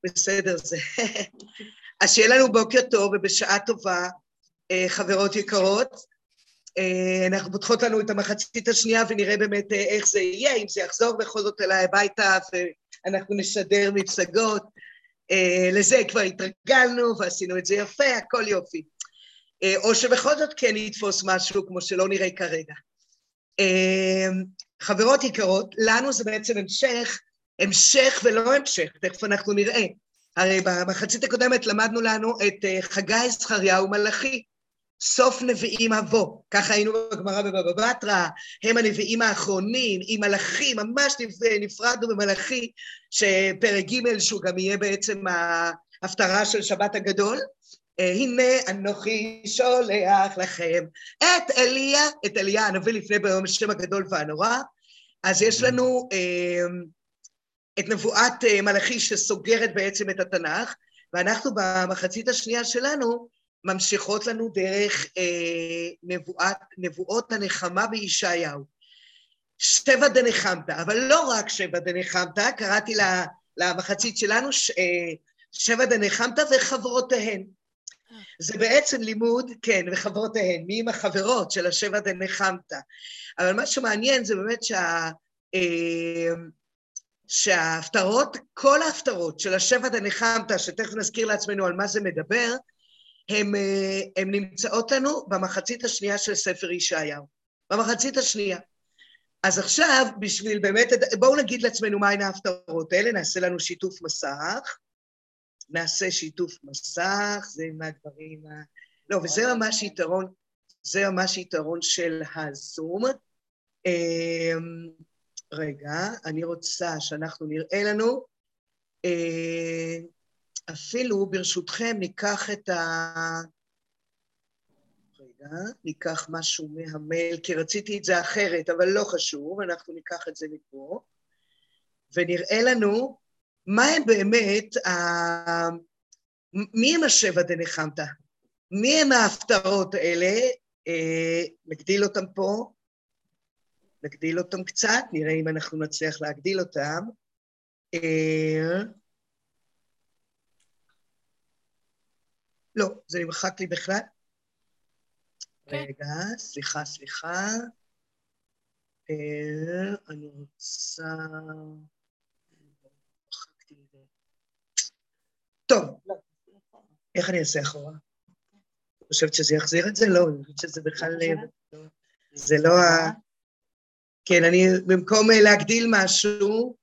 בסדר זה. אז שיהיה לנו בוקר טוב ובשעה טובה, חברות יקרות. אנחנו פותחות לנו את המחצית השנייה ונראה באמת איך זה יהיה, אם זה יחזור בכל זאת אליי הביתה ואנחנו נשדר מפסגות. לזה כבר התרגלנו ועשינו את זה יפה, הכל יופי. או שבכל זאת כן יתפוס משהו כמו שלא נראה כרגע. חברות יקרות, לנו זה בעצם המשך ולא המשך, תכף אנחנו נראה. הרי במחצית הקודמת למדנו לנו את חגי, זכריה ומלאכי, סוף נביאים אבוא, ככה היינו בגמרא בבבא בתרא, הם הנביאים האחרונים, עם מלאכי, ממש נפרדנו במלאכי, שפרק ג' שהוא גם יהיה בעצם ההפטרה של שבת הגדול, הנה אנוכי שולח לכם את אליה הנביא לפני ביום השם הגדול והנורא. אז יש לנו את נבואת מלאכי שסוגרת בעצם את התנ"ך, ואנחנו במחצית השנייה שלנו ממשיכות לנו דרך נבואות הנחמה בישעיהו. שבע דנחמתא, אבל לא רק שבע דנחמתא, קראתי למחצית שלנו שבע דנחמתא וחברותיהן. זה בעצם לימוד, כן, וחברותיהן, מי עם החברות של השבע דנחמתא. אבל מה שמעניין זה באמת שההפטרות, כל ההפטרות של השבע דנחמתא, שתכף נזכיר לעצמנו על מה זה מדבר, הן נמצאות לנו במחצית השנייה של ספר ישעיהו. במחצית השנייה. אז עכשיו, בשביל באמת, בואו נגיד לעצמנו מהן ההפטרות האלה, נעשה לנו שיתוף מסך. נעשה שיתוף מסך, זה מהדברים לא, וזה ממש יתרון, זה ממש יתרון של הזום. רגע, אני רוצה שאנחנו נראה לנו, אפילו ברשותכם ניקח ניקח משהו מהמייל, כי רציתי את זה אחרת, אבל לא חשוב, אנחנו ניקח את זה מפה, ונראה לנו מה הם באמת, מי הם השבע דנחמתא? מי הם ההפטרות האלה? נגדיל אותם פה, נגדיל אותם קצת, נראה אם אנחנו נצליח להגדיל אותם. לא, זה נמחק לי בכלל. רגע, סליחה. אני רוצה... טוב, איך אני אעשה אחורה? אני חושבת שזה יחזיר את זה? לא, אני חושבת שזה בכלל... זה לא ה... כן, אני במקום להגדיל משהו,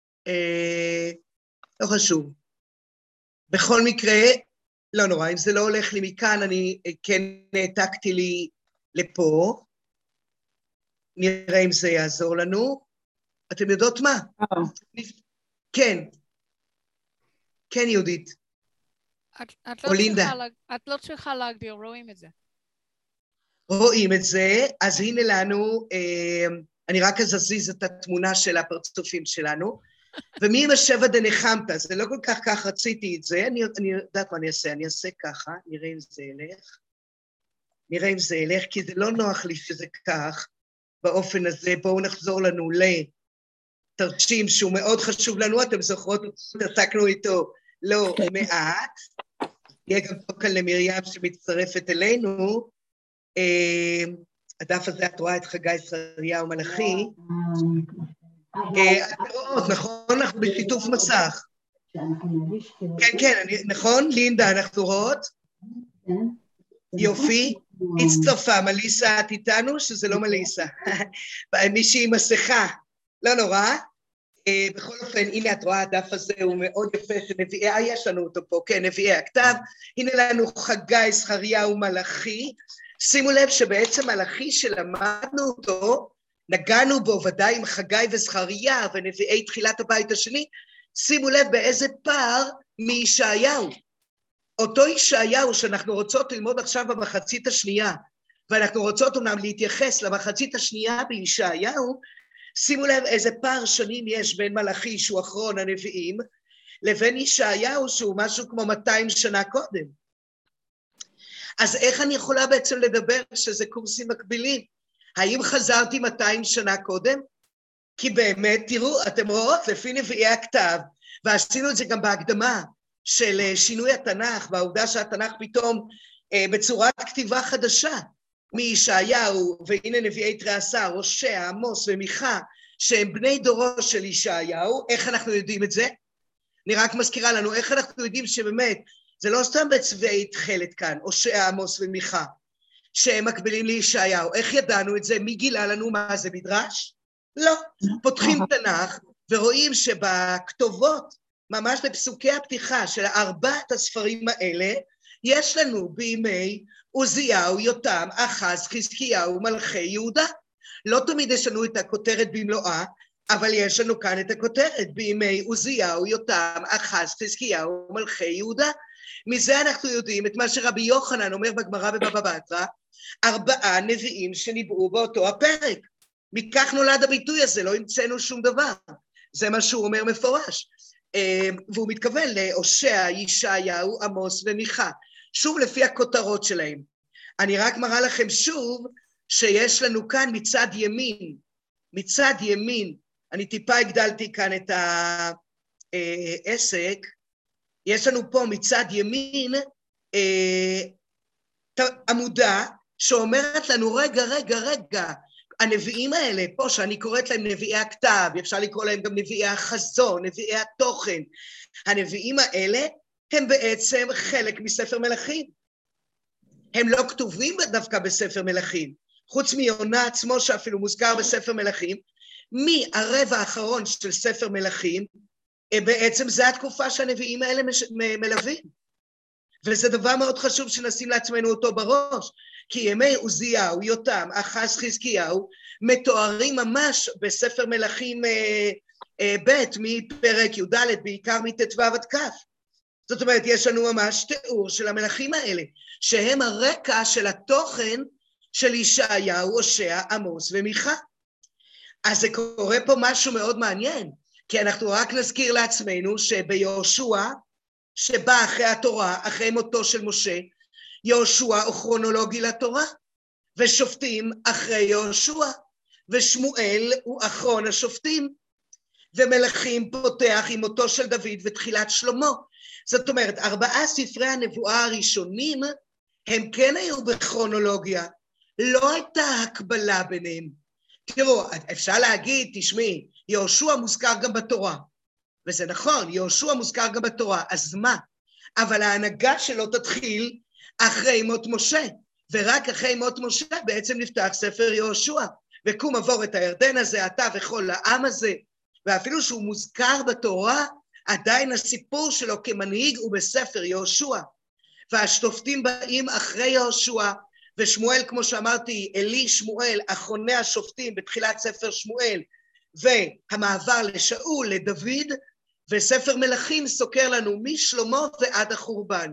לא חשוב. בכל מקרה, לא נורא, אם זה לא הולך לי מכאן, אני כן העתקתי לי לפה. נראה אם זה יעזור לנו. אתם יודעות מה? כן. כן, יהודית. את לא צריכה להגדיר, רואים את זה. רואים את זה, אז הנה לנו, אני רק אזיז את התמונה של הפרצופים שלנו, ומי עם השבע דנחמתא, זה לא כל כך רציתי את זה, אני יודעת מה אני אעשה, אני אעשה ככה, נראה אם זה ילך, כי זה לא נוח לי שזה כך, באופן הזה, בואו נחזור לנו לתרשים שהוא מאוד חשוב לנו, אתם זוכרות, עסקנו איתו לא מעט, יהיה גם פה כאן למרים שמצטרפת אלינו, הדף הזה את רואה את חגי, זכריה ומלאכי, אתם רואות, נכון? אנחנו בשיתוף מסך. כן, נכון? לינדה, אנחנו רואות? יופי, הצטרפה, מליסה, את איתנו, שזה לא מליסה. מישהי עם מסכה, לא נורא. בכל אופן, הנה את רואה, הדף הזה הוא מאוד יפה, שנביאי, יש לנו אותו פה, כן, נביאי הכתב, הנה לנו חגי, זכריה ומלאכי, שימו לב שבעצם מלאכי שלמדנו אותו, נגענו בו ודאי עם חגי וזכריה ונביאי תחילת הבית השני, שימו לב באיזה פער מישעיהו. אותו ישעיהו שאנחנו רוצות ללמוד עכשיו במחצית השנייה, ואנחנו רוצות אומנם להתייחס למחצית השנייה בישעיהו, שימו לב איזה פער שנים יש בין מלאכי שהוא אחרון הנביאים, לבין ישעיהו שהוא משהו כמו 200 שנה קודם. אז איך אני יכולה בעצם לדבר שזה קורסים מקבילים? האם חזרתי 200 שנה קודם? כי באמת, תראו, אתם רואות, לפי נביאי הכתב, ועשינו את זה גם בהקדמה של שינוי התנ"ך, והעובדה שהתנ"ך פתאום בצורת כתיבה חדשה, מישעיהו, והנה נביאי תרי עשר, הושע, עמוס ומיכה, שהם בני דורו של ישעיהו. איך אנחנו יודעים את זה? אני רק מזכירה לנו, איך אנחנו יודעים שבאמת, זה לא סתם בצבעי תכלת כאן, הושע, עמוס ומיכה, שהם מקבילים לישעיהו. איך ידענו את זה? מי גילה לנו מה זה מדרש? לא. פותחים תנ"ך ורואים שבכתובות, ממש בפסוקי הפתיחה של 4 הספרים האלה, יש לנו בימי עוזיהו, יותם, אחז, חזקיהו, מלכי יהודה. לא תמיד יש לנו את הכותרת במלואה, אבל יש לנו כאן את הכותרת, בימי עוזיהו, יותם, אחז, חזקיהו, מלכי יהודה. מזה אנחנו יודעים את מה שרבי יוחנן אומר בגמרא בבבא בתרא, 4 נביאים שניבאו באותו הפרק. מכך נולד הביטוי הזה, לא המצאנו שום דבר. זה מה שהוא אומר מפורש. והוא מתכוון להושע, ישעיהו, עמוס ומיכה. שוב לפי הכותרות שלהם. אני רק מראה לכם שוב שיש לנו כאן מצד ימין, אני טיפה הגדלתי כאן את העסק, יש לנו פה מצד ימין עמודה שאומרת לנו, רגע, הנביאים האלה פה, שאני קוראת להם נביאי הכתב, אפשר לקרוא להם גם נביאי החזון, נביאי התוכן, הנביאים האלה הם בעצם חלק מספר מלכים. הם לא כתובים דווקא בספר מלכים, חוץ מיונה עצמו שאפילו מוזכר בספר מלכים, מהרבע האחרון של ספר מלכים, בעצם זה התקופה שהנביאים האלה מלווים. וזה דבר מאוד חשוב שנשים לעצמנו אותו בראש, כי ימי עוזיהו, יותם, אחז, חזקיהו, מתוארים ממש בספר מלכים ב' מפרק י"ד, בעיקר מט"ו עד כ'. זאת אומרת, יש לנו ממש תיאור של המלכים האלה, שהם הרקע של התוכן של ישעיהו, הושע, עמוס ומיכה. אז זה קורה פה משהו מאוד מעניין, כי אנחנו רק נזכיר לעצמנו שביהושע, שבא אחרי התורה, אחרי מותו של משה, יהושע הוא כרונולוגי לתורה, ושופטים אחרי יהושע, ושמואל הוא אחרון השופטים, ומלכים פותח עם מותו של דוד ותחילת שלמה. זאת אומרת, 4 ספרי הנבואה הראשונים, הם כן היו בכרונולוגיה, לא הייתה הקבלה ביניהם. תראו, אפשר להגיד, תשמעי, יהושע מוזכר גם בתורה, וזה נכון, יהושע מוזכר גם בתורה, אז מה? אבל ההנהגה שלו תתחיל אחרי מות משה, ורק אחרי מות משה בעצם נפתח ספר יהושע, וקום עבור את הירדן הזה, אתה וכל העם הזה, ואפילו שהוא מוזכר בתורה, עדיין הסיפור שלו כמנהיג הוא בספר יהושע, והשופטים באים אחרי יהושע, ושמואל, כמו שאמרתי, אלי שמואל, אחרוני השופטים בתחילת ספר שמואל, והמעבר לשאול, לדוד, וספר מלכים סוקר לנו משלמה ועד החורבן.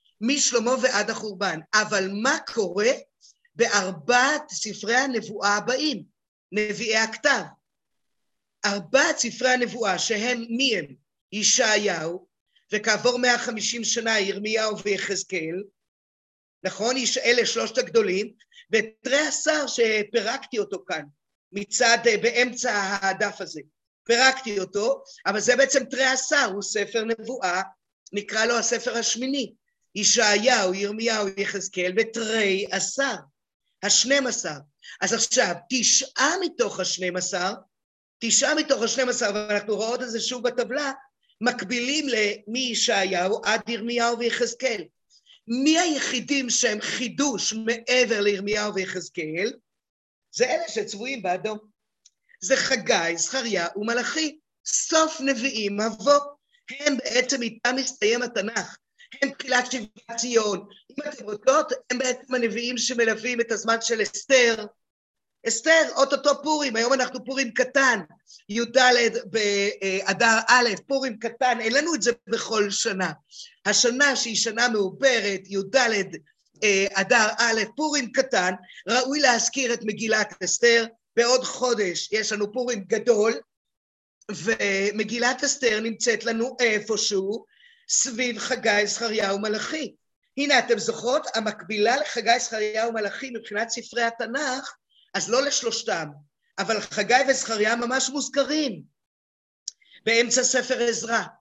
אבל מה קורה ב4 ספרי הנבואה הבאים, נביאי הכתב? 4 ספרי הנבואה שהם מי הם? ישעיהו, וכעבור 150 שנה ירמיהו ויחזקאל, נכון? אלה 3 הגדולים, ותרי עשר שפרקתי אותו כאן, באמצע הדף הזה. פרקתי אותו, אבל זה בעצם תרי עשר, הוא ספר נבואה, נקרא לו הספר השמיני. ישעיהו, ירמיהו, יחזקאל, ותרי עשר, 12. אז עכשיו, 9 מתוך ה-12, ואנחנו רואות את זה שוב בטבלה, מקבילים מישעיהו עד ירמיהו ויחזקאל. מי היחידים שהם חידוש מעבר לירמיהו ויחזקאל? זה אלה שצבועים באדום. זה חגי, זכריה ומלאכי, סוף נביאים מבוא. הם בעצם איתם מסתיים התנ"ך. הם תחילת שיבת ציון. אם אתם רוצות, הם בעצם הנביאים שמלווים את הזמן של אסתר. אסתר, אוטוטו פורים, היום אנחנו פורים קטן, י"ד באדר א', פורים קטן, אין לנו את זה בכל שנה. השנה שהיא שנה מעוברת, י"ד אדר א', פורים קטן, ראוי להזכיר את מגילת אסתר, בעוד חודש יש לנו פורים גדול, ומגילת אסתר נמצאת לנו איפשהו, סביב חגי, זכריה ומלאכי. הנה, אתם זוכרות, המקבילה לחגי, זכריה ומלאכי מבחינת ספרי התנ"ך, אז לא לשלושתם, אבל חגי וזכריה ממש מוזכרים באמצע ספר עזרא,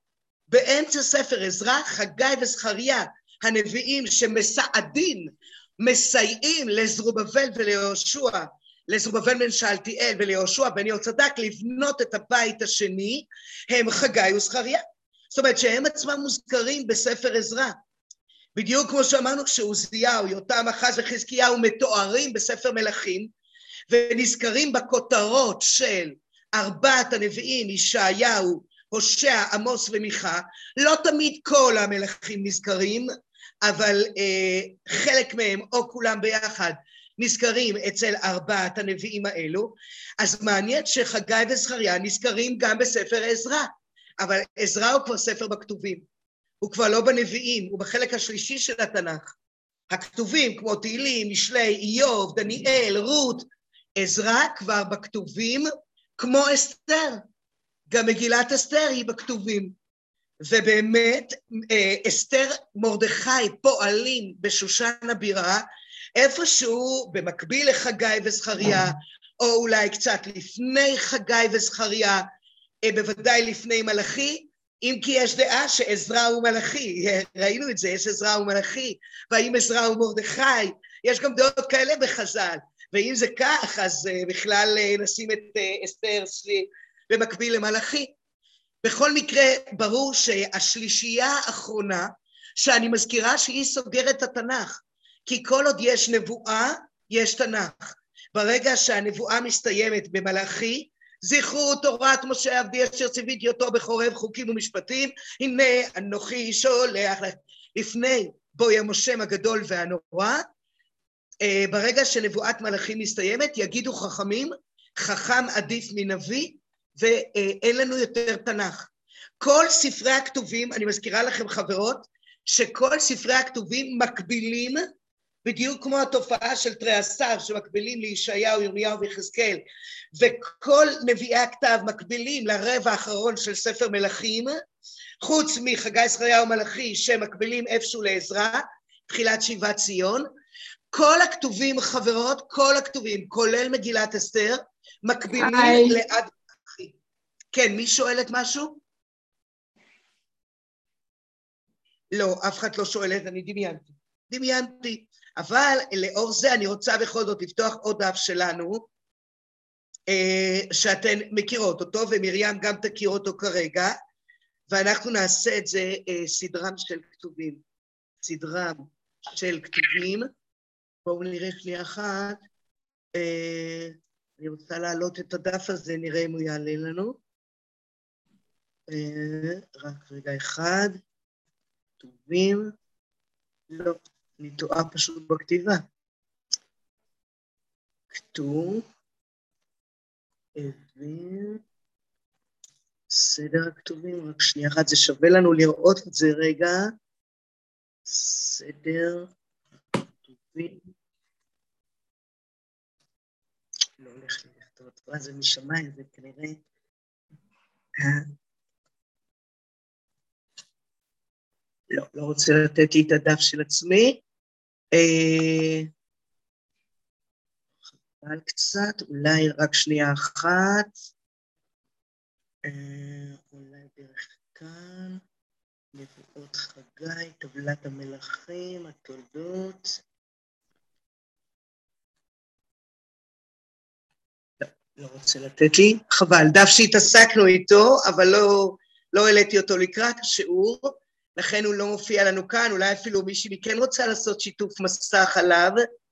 באמצע ספר עזרא, חגי וזכריה, הנביאים שמסעדים, מסייעים לזרובבל וליהושע, לזרובבל בן שאלתיאל וליהושע בן יהוצדק לבנות את הבית השני, הם חגי וזכריה. זאת אומרת שהם עצמם מוזכרים בספר עזרא. בדיוק כמו שאמרנו שעוזיהו, יותם, אחז וחזקיהו מתוארים בספר מלכים, ונזכרים בכותרות של 4 הנביאים, ישעיהו, הושע, עמוס ומיכה. לא תמיד כל המלכים נזכרים, אבל חלק מהם או כולם ביחד נזכרים אצל 4 הנביאים האלו. אז מעניין שחגי וזכריה נזכרים גם בספר עזרא, אבל עזרא הוא כבר ספר בכתובים, הוא כבר לא בנביאים, הוא בחלק השלישי של התנ"ך. הכתובים כמו תהילים, משלי, איוב, דניאל, רות, עזרא כבר בכתובים כמו אסתר, גם מגילת אסתר היא בכתובים. ובאמת אסתר מרדכי פועלים בשושן הבירה, איפשהו במקביל לחגי וזכריה, או אולי קצת לפני חגי וזכריה, בוודאי לפני מלאכי, אם כי יש דעה שעזרא הוא מלאכי, ראינו את זה, יש עזרא הוא מלאכי, והאם עזרא הוא מרדכי, יש גם דעות כאלה בחז"ל, ואם זה כך, אז בכלל נשים את אסתר במקביל למלאכי. בכל מקרה, ברור שהשלישייה האחרונה, שאני מזכירה שהיא סוגרת את התנ"ך, כי כל עוד יש נבואה, יש תנ"ך. ברגע שהנבואה מסתיימת במלאכי, זכרו תורת משה עבדי אשר ציוויתי אותו בחורב חוקים ומשפטים, הנה אנוכי שולח לפני בואי המושם הגדול והנורא. ברגע שנבואת מלאכי מסתיימת, יגידו חכמים, חכם עדיף מנביא, ואין לנו יותר תנ"ך. כל ספרי הכתובים, אני מזכירה לכם חברות, שכל ספרי הכתובים מקבילים, בדיוק כמו התופעה של תרי עשר, שמקבילים לישעיהו, ירמיהו ויחזקאל, וכל נביאי הכתב מקבילים לרבע האחרון של ספר מלכים, חוץ מחגי זכריה ומלאכי, שמקבילים איפשהו לעזרא, תחילת שיבת ציון. כל הכתובים, חברות, כל הכתובים, כולל מגילת אסתר, מקבילים לעד... כן, מי שואלת משהו? לא, אף אחד לא שואלת, אני דמיינתי. אבל לאור זה אני רוצה בכל זאת לפתוח עוד דף שלנו, שאתן מכירות אותו, ומרים גם תכיר אותו כרגע, ואנחנו נעשה את זה סדרם של כתובים. סדרם של כתובים. בואו נראה שנייה אחת. אני רוצה להעלות את הדף הזה, נראה אם הוא יעלה לנו. רק רגע אחד. כתובים. לא, אני טועה פשוט בכתיבה. כתוב. סדר הכתובים, רק שנייה אחת, זה שווה לנו לראות את זה רגע. סדר הכתובים. לא הולך לי לכתוב את זה משמיים, זה כנראה... לא רוצה לתת לי את הדף של עצמי. חבל קצת, אולי רק שנייה אחת. אולי דרך כאן. נבואות חגי, טבלת המלכים, התולדות. לא רוצה לתת לי. חבל, דף שהתעסקנו איתו, אבל לא העליתי אותו לקראת השיעור. לכן הוא לא מופיע לנו כאן, אולי אפילו מישהי מכן רוצה לעשות שיתוף מסך עליו.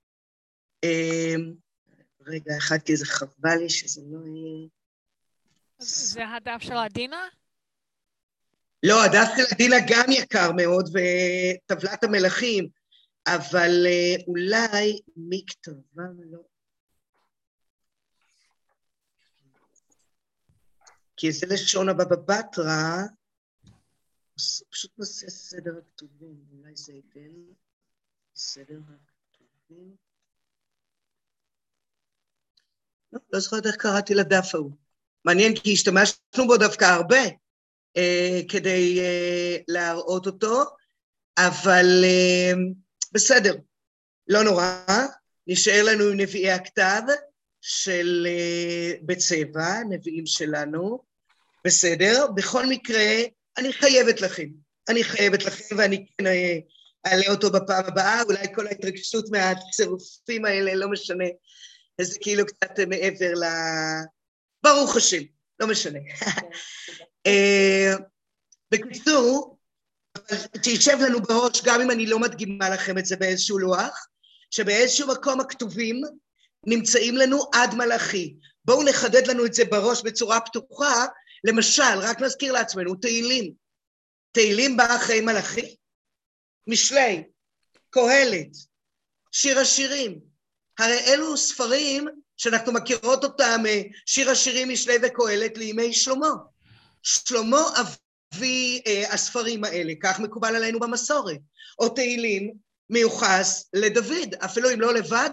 רגע אחד, כי זה חבל לי שזה לא יהיה... זה הדף של עדינה? לא, הדף של עדינה גם יקר מאוד, וטבלת המלכים, אבל אולי מכתבה לא... כי זה לשון הבבא בתרא, פשוט נעשה סדר הכתובים, אולי זה ייתן סדר הכתובים. לא זוכרת איך קראתי לדף ההוא. מעניין כי השתמשנו בו דווקא הרבה כדי להראות אותו, אבל בסדר, לא נורא, נשאר לנו עם נביאי הכתב של בצבע, נביאים שלנו, בסדר, בכל מקרה, אני חייבת לכם, ואני כן אעלה אותו בפעם הבאה, אולי כל ההתרגשות מהצירופים האלה, לא משנה, זה כאילו קצת מעבר ברוך השם, לא משנה. בקיצור, תישב לנו בראש, גם אם אני לא מדגימה לכם את זה באיזשהו לוח, שבאיזשהו מקום הכתובים נמצאים לנו עד מלאכי. בואו נחדד לנו את זה בראש בצורה פתוחה, למשל, רק נזכיר לעצמנו, תהילים. תהילים בא אחרי מלאכי, משלי, קהלת, שיר השירים. הרי אלו ספרים שאנחנו מכירות אותם, שיר השירים, משלי וקהלת, לימי שלמה. שלמה אבי הספרים האלה, כך מקובל עלינו במסורת. או תהילים מיוחס לדוד, אפילו אם לא לבד,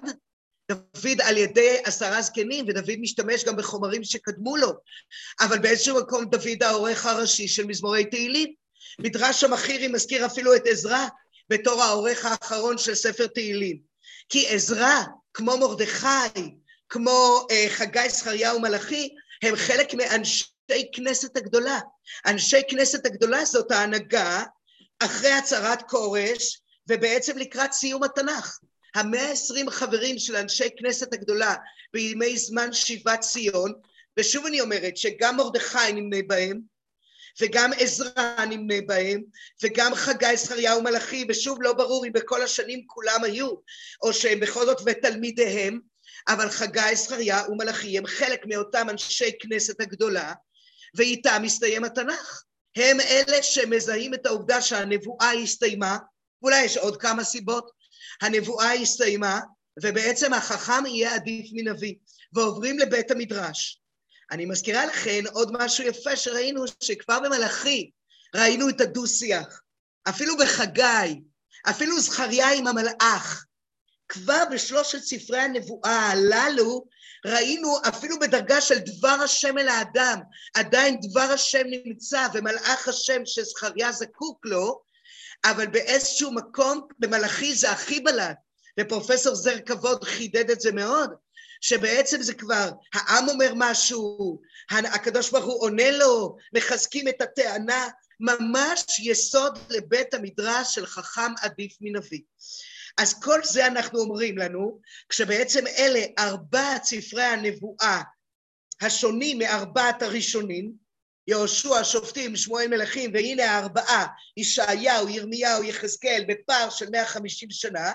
דוד על ידי 10 זקנים, ודוד משתמש גם בחומרים שקדמו לו, אבל באיזשהו מקום דוד העורך הראשי של מזמורי תהילים. מדרש המחירי מזכיר אפילו את עזרא בתור העורך האחרון של ספר תהילים. כי עזרא, כמו מרדכי, כמו חגי, זכריה ומלאכי, הם חלק מאנשי כנסת הגדולה. אנשי כנסת הגדולה זאת ההנהגה אחרי הצהרת כורש, ובעצם לקראת סיום התנ"ך. 120 חברים של אנשי כנסת הגדולה בימי זמן שיבת ציון, ושוב אני אומרת שגם מרדכי נמנה בהם, וגם עזרא נמנה בהם, וגם חגי, זכריה ומלאכי, ושוב לא ברור אם בכל השנים כולם היו, או שהם בכל זאת ותלמידיהם, אבל חגי, זכריה ומלאכי הם חלק מאותם אנשי כנסת הגדולה, ואיתם מסתיים התנ"ך. הם אלה שמזהים את העובדה שהנבואה הסתיימה, ואולי יש עוד כמה סיבות, הנבואה הסתיימה, ובעצם החכם יהיה עדיף מנביא, ועוברים לבית המדרש. אני מזכירה לכם עוד משהו יפה שראינו, שכבר במלאכי ראינו את הדו-שיח, אפילו בחגי, אפילו זכריה עם המלאך, כבר בשלושת ספרי הנבואה הללו, ראינו אפילו בדרגה של דבר השם אל האדם, עדיין דבר השם נמצא, ומלאך השם שזכריה זקוק לו, אבל באיזשהו מקום במלאכי זה הכי בלט, ופרופסור זר כבוד חידד את זה מאוד, שבעצם זה כבר, העם אומר משהו, הקדוש ברוך הוא עונה לו, מחזקים את הטענה, ממש יסוד לבית המדרש של חכם עדיף מנביא. אז כל זה אנחנו אומרים לנו, כשבעצם אלה 4 ספרי הנבואה השונים מ4 הראשונים, יהושע, שופטים, שמואל, מלכים, והנה 4, ישעיהו, ירמיהו, יחזקאל, בפער של 150 שנה,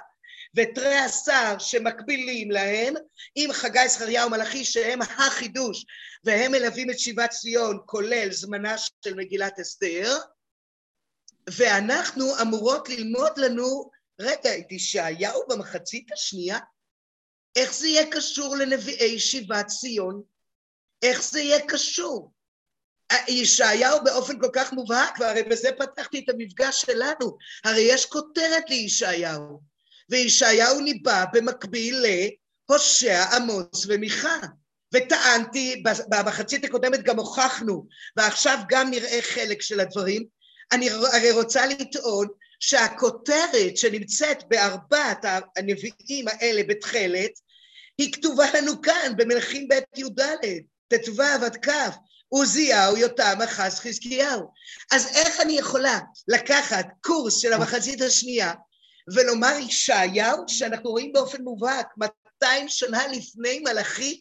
ו13 שמקבילים להם, עם חגי, זכריה ומלאכי, שהם החידוש, והם מלווים את שיבת ציון, כולל זמנה של מגילת אסתר, ואנחנו אמורות ללמוד לנו, רגע, את ישעיהו במחצית השנייה, איך זה יהיה קשור לנביאי שיבת ציון? איך זה יהיה קשור? ישעיהו באופן כל כך מובהק, והרי בזה פתחתי את המפגש שלנו, הרי יש כותרת לישעיהו, וישעיהו ניבא במקביל להושע, עמוס ומיכה, וטענתי, במחצית הקודמת גם הוכחנו, ועכשיו גם נראה חלק של הדברים, אני הרי רוצה לטעון שהכותרת שנמצאת ב4 הנביאים האלה בתחילת, היא כתובה לנו כאן במלכים ב' י"ד, ט"ו עד כ', עוזיהו, יותם, אחז, חזקיהו. אז איך אני יכולה לקחת קורס של המחצית השנייה, ולומר ישעיהו, שאנחנו רואים באופן מובהק 200 שנה לפני מלאכי,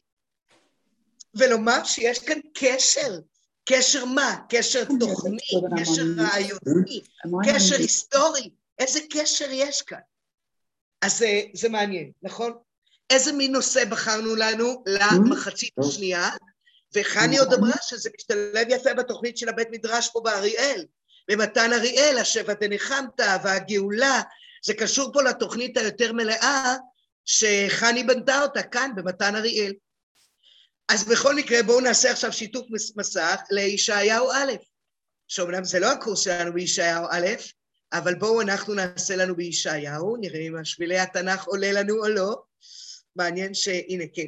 ולומר שיש כאן קשר, קשר מה? קשר תוכני, קשר רעיוני, קשר היסטורי, איזה קשר יש כאן? אז זה מעניין, נכון? איזה מין נושא בחרנו לנו למחצית השנייה, וחני עוד אמרה שזה משתלב יפה בתוכנית של הבית מדרש פה באריאל, במתן אריאל, השבע דנחמת והגאולה, זה קשור פה לתוכנית היותר מלאה, שחני בנתה אותה כאן במתן אריאל. אז בכל מקרה בואו נעשה עכשיו שיתוף מסך לישעיהו א', שאומנם זה לא הקורס שלנו בישעיהו א', אבל בואו אנחנו נעשה לנו בישעיהו, נראה אם השבילי התנ"ך עולה לנו או לא, מעניין שהנה כן.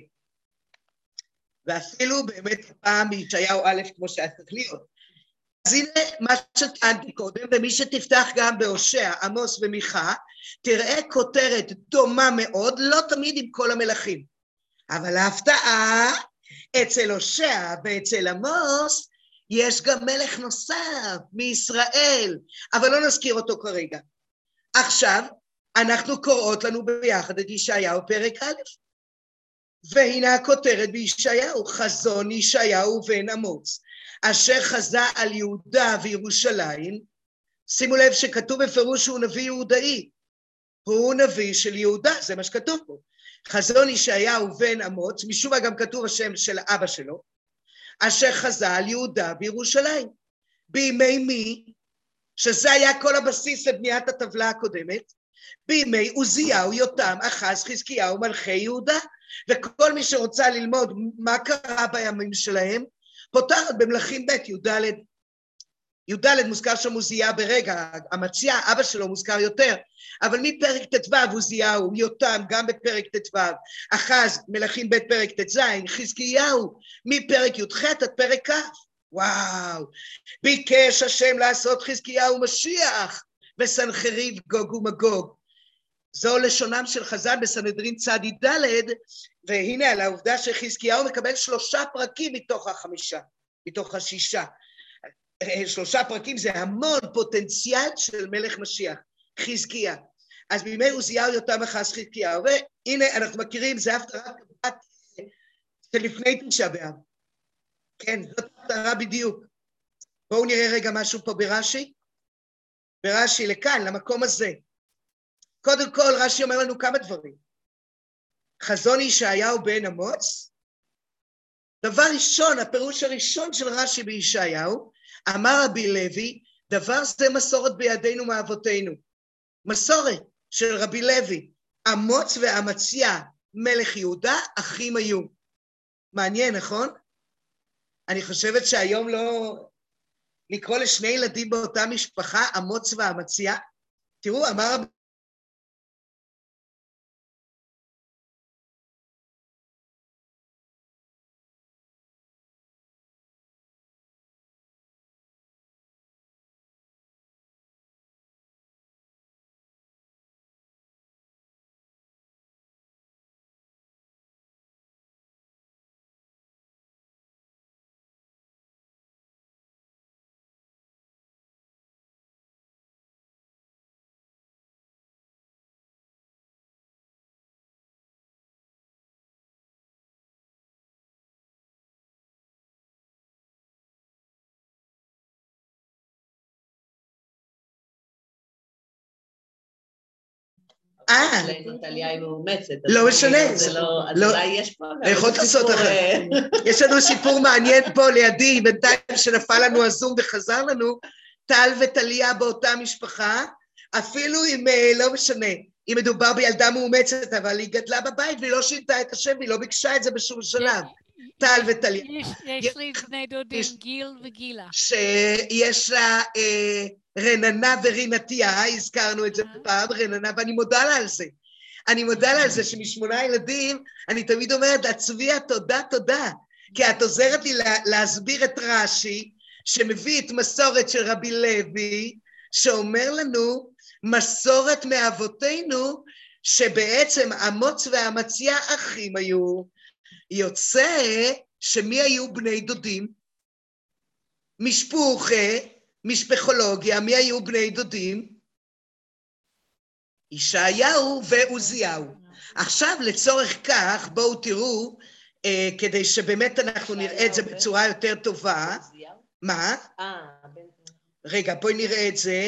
ואפילו באמת פעם בישעיהו א' כמו שהיה צריך להיות. אז הנה מה שטענתי קודם, ומי שתפתח גם בהושע, עמוס ומיכה, תראה כותרת דומה מאוד, לא תמיד עם כל המלכים. אבל ההפתעה, אצל הושע ואצל עמוס, יש גם מלך נוסף מישראל, אבל לא נזכיר אותו כרגע. עכשיו, אנחנו קוראות לנו ביחד את ישעיהו פרק א', והנה הכותרת בישעיהו, חזון ישעיהו בן אמוץ, אשר חזה על יהודה וירושלים. שימו לב שכתוב בפירוש שהוא נביא יהודאי, הוא נביא של יהודה, זה מה שכתוב פה. חזון ישעיהו בן אמוץ, משום מה גם כתוב השם של אבא שלו, אשר חזה על יהודה וירושלים. בימי מי? שזה היה כל הבסיס לבניית הטבלה הקודמת, בימי עוזיהו, יותם, אחז, חזקיהו, מלכי יהודה, וכל מי שרוצה ללמוד מה קרה בימים שלהם, פותחת במלכים ב' י"ד מוזכר שם עוזיה ברגע, אמציה, אבא שלו מוזכר יותר, אבל מפרק ט"ו עוזיהו, יותם גם בפרק ט"ו, אחז מלכים ב' פרק ט"ז, חזקיהו מפרק י"ח עד פרק כ'. וואו, ביקש השם לעשות חזקיהו משיח, וסנחריב גוג ומגוג. זו לשונם של חז"ל בסנהדרין צ"ד, והנה על העובדה שחזקיהו מקבל 3 פרקים מתוך 6. 3 פרקים זה המון פוטנציאל של מלך משיח, חזקיה. אז בימי עוזיהו יותם אחז חזקיהו, והנה אנחנו מכירים, זה הפטרת שלפני תשעה באב. כן, זאת הפטרה בדיוק. בואו נראה רגע משהו פה ברש"י. ברש"י לכאן, למקום הזה. קודם כל, רש"י אומר לנו כמה דברים. חזון ישעיהו בן אמוץ, דבר ראשון, הפירוש הראשון של רש"י בישעיהו, אמר רבי לוי, דבר זה מסורת בידינו מאבותינו. מסורת של רבי לוי, אמוץ ואמציה, מלך יהודה, אחים היו. מעניין, נכון? אני חושבת שהיום לא לקרוא לשני ילדים באותה משפחה, אמוץ ואמציה. תראו, אמר רבי נטליה היא מאומצת. לא משנה. אז אולי יש פה... יכולת לעשות אחר. יש לנו סיפור מעניין פה לידי, בינתיים שנפל לנו הזום וחזר לנו, טל וטליה באותה משפחה, אפילו אם לא משנה, אם מדובר בילדה מאומצת, אבל היא גדלה בבית והיא לא שינתה את השם, והיא לא ביקשה את זה בשום שלב. טל וטליה. יש לי בני דודים גיל וגילה. שיש לה רננה ורינתיה, הזכרנו את זה פעם, רננה, ואני מודה לה על זה. אני מודה לה על זה שמשמונה ילדים, אני תמיד אומרת, עצביה, תודה, תודה. כי את עוזרת לי להסביר את רש"י, שמביא את מסורת של רבי לוי, שאומר לנו, מסורת מאבותינו, שבעצם אמוץ ואמציה אחים היו, יוצא שמי היו בני דודים? משפחולוגיה, מי היו בני דודים? ישעיהו ועוזיהו. עכשיו לצורך כך, בואו תראו, כדי שבאמת אנחנו נראה את זה בצורה יותר טובה. מה? רגע, בואי נראה את זה.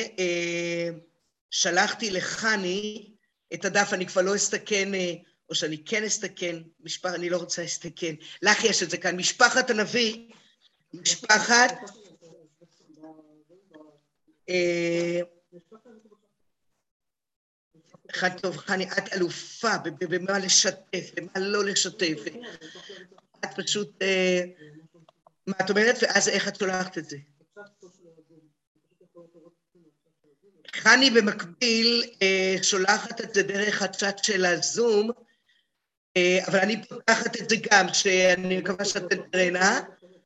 שלחתי לחני את הדף, אני כבר לא אסתכן, או שאני כן אסתכן, אני לא רוצה אסתכן. לך יש את זה כאן, משפחת הנביא, משפחת... אחד טוב, חני, את אלופה במה לשתף, במה לא לשתף. את פשוט... מה את אומרת? ואז איך את שולחת את זה? חני במקביל שולחת את זה דרך הצ'אט של הזום, אבל אני פותחת את זה גם, שאני מקווה שאתם תראינה.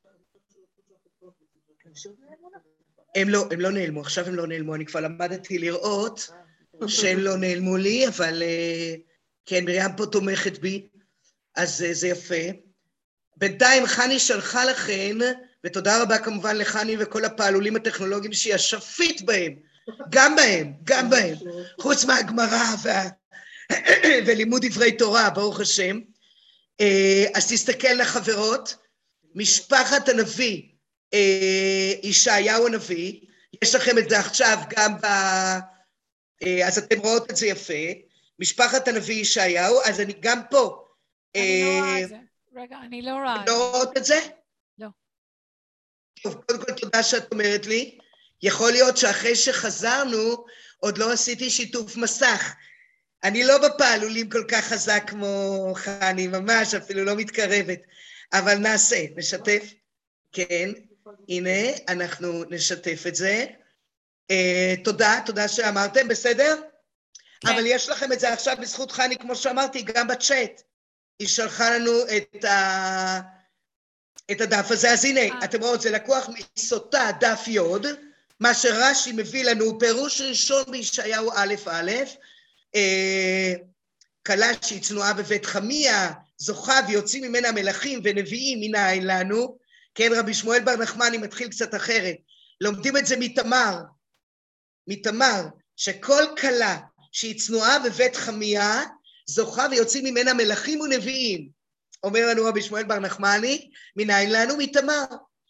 הם לא נעלמו, עכשיו הם לא נעלמו, אני כבר למדתי לראות שהם לא נעלמו לי, אבל כן, מרים פה תומכת בי, אז זה יפה. בינתיים חני שלחה לכן ותודה רבה כמובן לחני וכל הפעלולים הטכנולוגיים שהיא השפיט בהם, גם בהם, חוץ מהגמרא ולימוד דברי תורה, ברוך השם. אז תסתכל לחברות, משפחת הנביא, ישעיהו הנביא, יש לכם את זה עכשיו גם אז אתם רואות את זה יפה, משפחת הנביא ישעיהו, אז אני גם פה. אני לא רואה את זה. רגע, אני לא רואה. לא רואות את זה? לא. טוב, קודם כל תודה שאת אומרת לי. יכול להיות שאחרי שחזרנו, עוד לא עשיתי שיתוף מסך. אני לא בפעלולים כל כך חזק כמו חני, ממש אפילו לא מתקרבת. אבל נעשה, נשתף. כן, הנה, אנחנו נשתף את זה. תודה שאמרתם, בסדר? כן. אבל יש לכם את זה עכשיו בזכות חני, כמו שאמרתי, גם בצ'אט. היא שלחה לנו את הדף הזה, אז הנה, אתם רואות, זה לקוח מסוטה דף יוד, מה שרש"י מביא לנו, פירוש ראשון בישעיהו א' א', כלה שהיא צנועה בבית חמיה, זוכה ויוצאים ממנה מלכים ונביאים מנין לנו, כן, רבי שמואל בר נחמני מתחיל קצת אחרת, לומדים את זה מתמר, שכל כלה שהיא צנועה בבית חמיה, זוכה ויוצאים ממנה מלכים ונביאים. אומר לנו רבי שמואל בר נחמני, מנין לנו מתמר,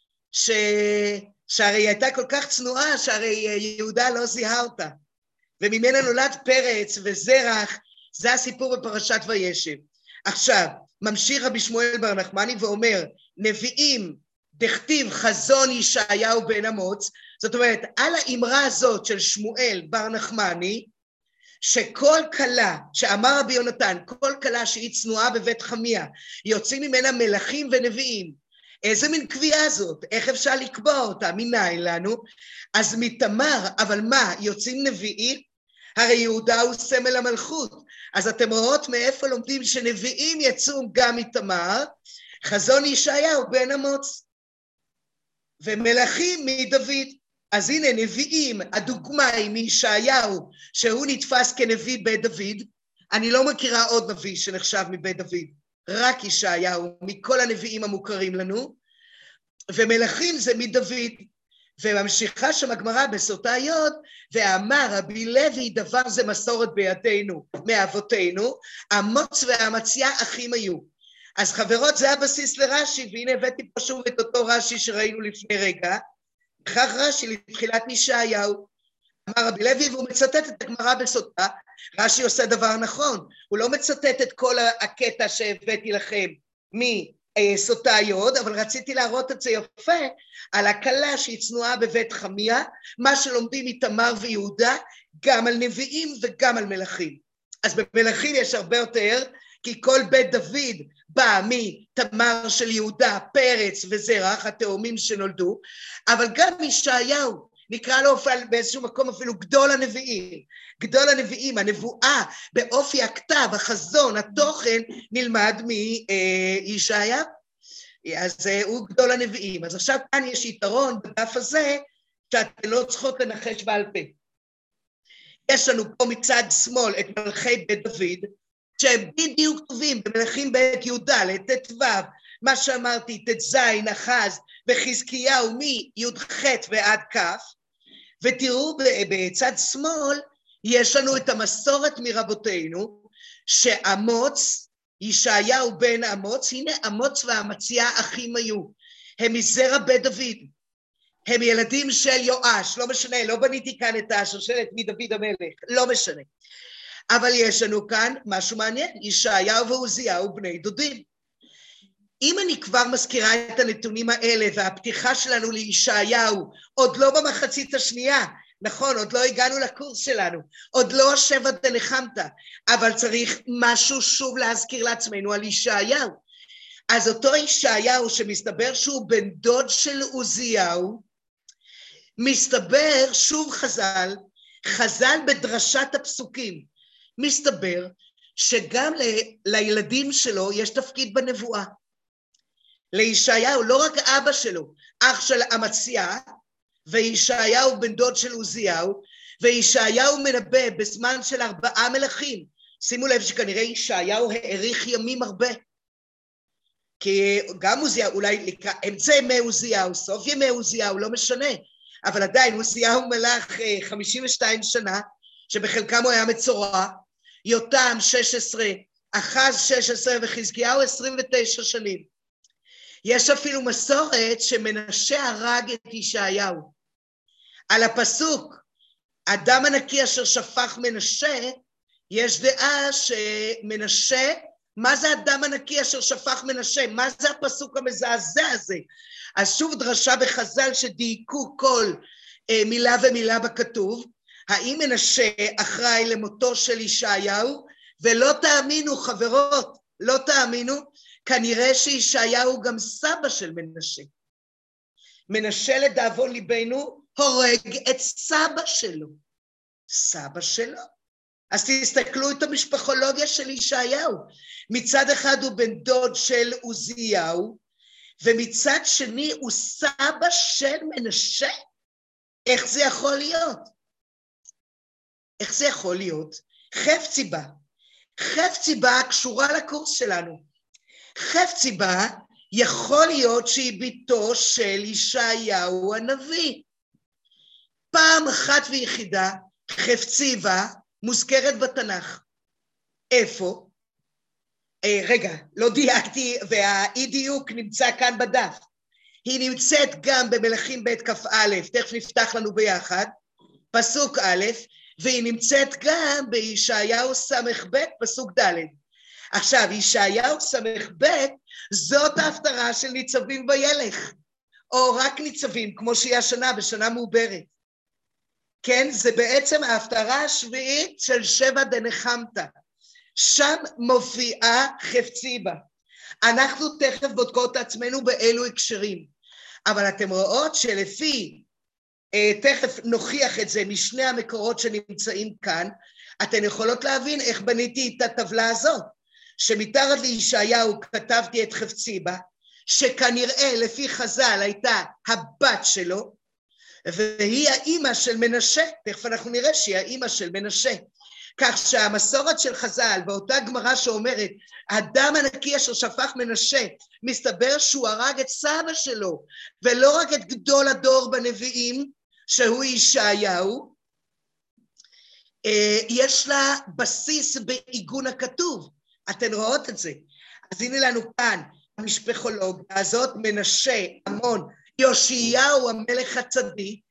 שהרי היא הייתה כל כך צנועה, שהרי יהודה לא זיהה אותה. וממנה נולד פרץ וזרח, זה הסיפור בפרשת וישב. עכשיו, ממשיך רבי שמואל בר נחמני ואומר, נביאים דכתיב חזון ישעיהו בן אמוץ, זאת אומרת, על האמרה הזאת של שמואל בר נחמני, שכל כלה, שאמר רבי יונתן, כל כלה שהיא צנועה בבית חמיה, יוצאים ממנה מלכים ונביאים. איזה מין קביעה זאת? איך אפשר לקבוע אותה? מנין לנו? אז מתמר, אבל מה, יוצאים נביאים? הרי יהודה הוא סמל המלכות. אז אתם רואות מאיפה לומדים שנביאים יצאו גם מתמר, חזון ישעיהו בן אמוץ, ומלכים מדוד. אז הנה נביאים, הדוגמה היא מישעיהו, שהוא נתפס כנביא בית דוד, אני לא מכירה עוד נביא שנחשב מבית דוד, רק ישעיהו, מכל הנביאים המוכרים לנו, ומלכים זה מדוד, וממשיכה שם הגמרא בסוטה יוד, ואמר רבי לוי, דבר זה מסורת בידינו, מאבותינו, אמוץ ואמציה אחים היו. אז חברות, זה הבסיס לרש"י, והנה הבאתי פה שוב את אותו רש"י שראינו לפני רגע, כך רש"י לתחילת ישעיהו, אמר רבי לוי, והוא מצטט את הגמרא בסוטה, רש"י עושה דבר נכון, הוא לא מצטט את כל הקטע שהבאתי לכם מסוטה יוד, אבל רציתי להראות את זה יפה, על הכלה שהיא צנועה בבית חמיה, מה שלומדים מתמר ויהודה, גם על נביאים וגם על מלכים. אז במלכים יש הרבה יותר, כי כל בית דוד בא מתמר של יהודה, פרץ וזרח, התאומים שנולדו, אבל גם ישעיהו, נקרא לו באיזשהו מקום אפילו גדול הנביאים. גדול הנביאים, הנבואה באופי הכתב, החזון, התוכן, נלמד מישעיהו. אז הוא גדול הנביאים. אז עכשיו כאן יש יתרון בדף הזה, שאתם לא צריכות לנחש בעל פה. יש לנו פה מצד שמאל את מלכי בית דוד, שהם בדיוק כתובים במלכים בית יהודה, לט"ו, מה שאמרתי, ט"ז, אחז וחזקיהו מי"ח ועד כ', ותראו בצד שמאל, יש לנו את המסורת מרבותינו, שאמוץ, ישעיהו בן אמוץ, הנה אמוץ ואמציה אחים היו, הם מזרע בית דוד, הם ילדים של יואש, לא משנה, לא בניתי כאן את השושלת מדוד המלך, לא משנה. אבל יש לנו כאן משהו מעניין, ישעיהו ועוזיהו בני דודים. אם אני כבר מזכירה את הנתונים האלה, והפתיחה שלנו לישעיהו, עוד לא במחצית השנייה, נכון, עוד לא הגענו לקורס שלנו, עוד לא שבע דנחמת, אבל צריך משהו שוב להזכיר לעצמנו על ישעיהו. אז אותו ישעיהו שמסתבר שהוא בן דוד של עוזיהו, מסתבר שוב חז"ל בדרשת הפסוקים, מסתבר שגם לילדים שלו יש תפקיד בנבואה. לישעיהו, לא רק אבא שלו, אח של אמציה, וישעיהו בן דוד של עוזיהו, וישעיהו מנבא בזמן של 4 מלכים. שימו לב שכנראה ישעיהו האריך ימים הרבה. כי גם עוזיהו, אולי אמצע ימי עוזיהו, סוף ימי עוזיהו, לא משנה, אבל עדיין עוזיהו מלך 52 שנה, שבחלקם הוא היה מצורע, יותם 16, אחז 16 וחזקיהו 29 שנים. יש אפילו מסורת שמנשה הרג את ישעיהו. על הפסוק, הדם הנקי אשר שפך מנשה, יש דעה שמנשה, מה זה הדם הנקי אשר שפך מנשה? מה זה הפסוק המזעזע הזה? אז שוב דרשה בחז"ל שדייקו כל מילה ומילה בכתוב, האם מנשה אחראי למותו של ישעיהו? ולא תאמינו חברות, לא תאמינו, כנראה שישעיהו גם סבא של מנשה. מנשה לדאבון ליבנו הורג את סבא שלו. סבא שלו. אז תסתכלו את המשפחולוגיה של ישעיהו. מצד אחד הוא בן דוד של עוזיהו, ומצד שני הוא סבא של מנשה. איך זה יכול להיות? איך זה יכול להיות? חפציבה. חפציבה קשורה לקורס שלנו. חפציבה יכול להיות שהיא ביתו של ישעיהו הנביא. פעם אחת ויחידה, חפציבה מוזכרת בתנ"ך. איפה? רגע, לא דייקתי, והאי דיוק נמצא כאן בדף. היא נמצאת גם במלכים ב' כ"א, תכף נפתח לנו ביחד, פסוק א', והיא נמצאת גם בישעיהו ס"ב, פסוק ד'. עכשיו, ישעיהו ס"ב, זאת ההפטרה של ניצבים וילך, או רק ניצבים, כמו שהיא השנה, בשנה מעוברת. כן, זה בעצם ההפטרה השביעית של שבע דנחמתא. שם מופיעה חפציבה. אנחנו תכף בודקות עצמנו באילו הקשרים, אבל אתם רואות שלפי, תכף נוכיח את זה משני המקורות שנמצאים כאן, אתן יכולות להבין איך בניתי את הטבלה הזאת, שמתחת לישעיהו כתבתי את חפציבה, שכנראה לפי חז"ל הייתה הבת שלו, והיא האימא של מנשה, תכף אנחנו נראה שהיא האימא של מנשה, כך שהמסורת של חז"ל, באותה גמרא שאומרת, הדם הנקי אשר שפך מנשה, מסתבר שהוא הרג את סבא שלו, ולא רק את גדול הדור בנביאים, שהוא ישעיהו, יש לה בסיס בעיגון הכתוב, אתן רואות את זה. אז הנה לנו כאן, המשפחולוגיה הזאת, מנשה, עמון, יאשיהו המלך הצדיק,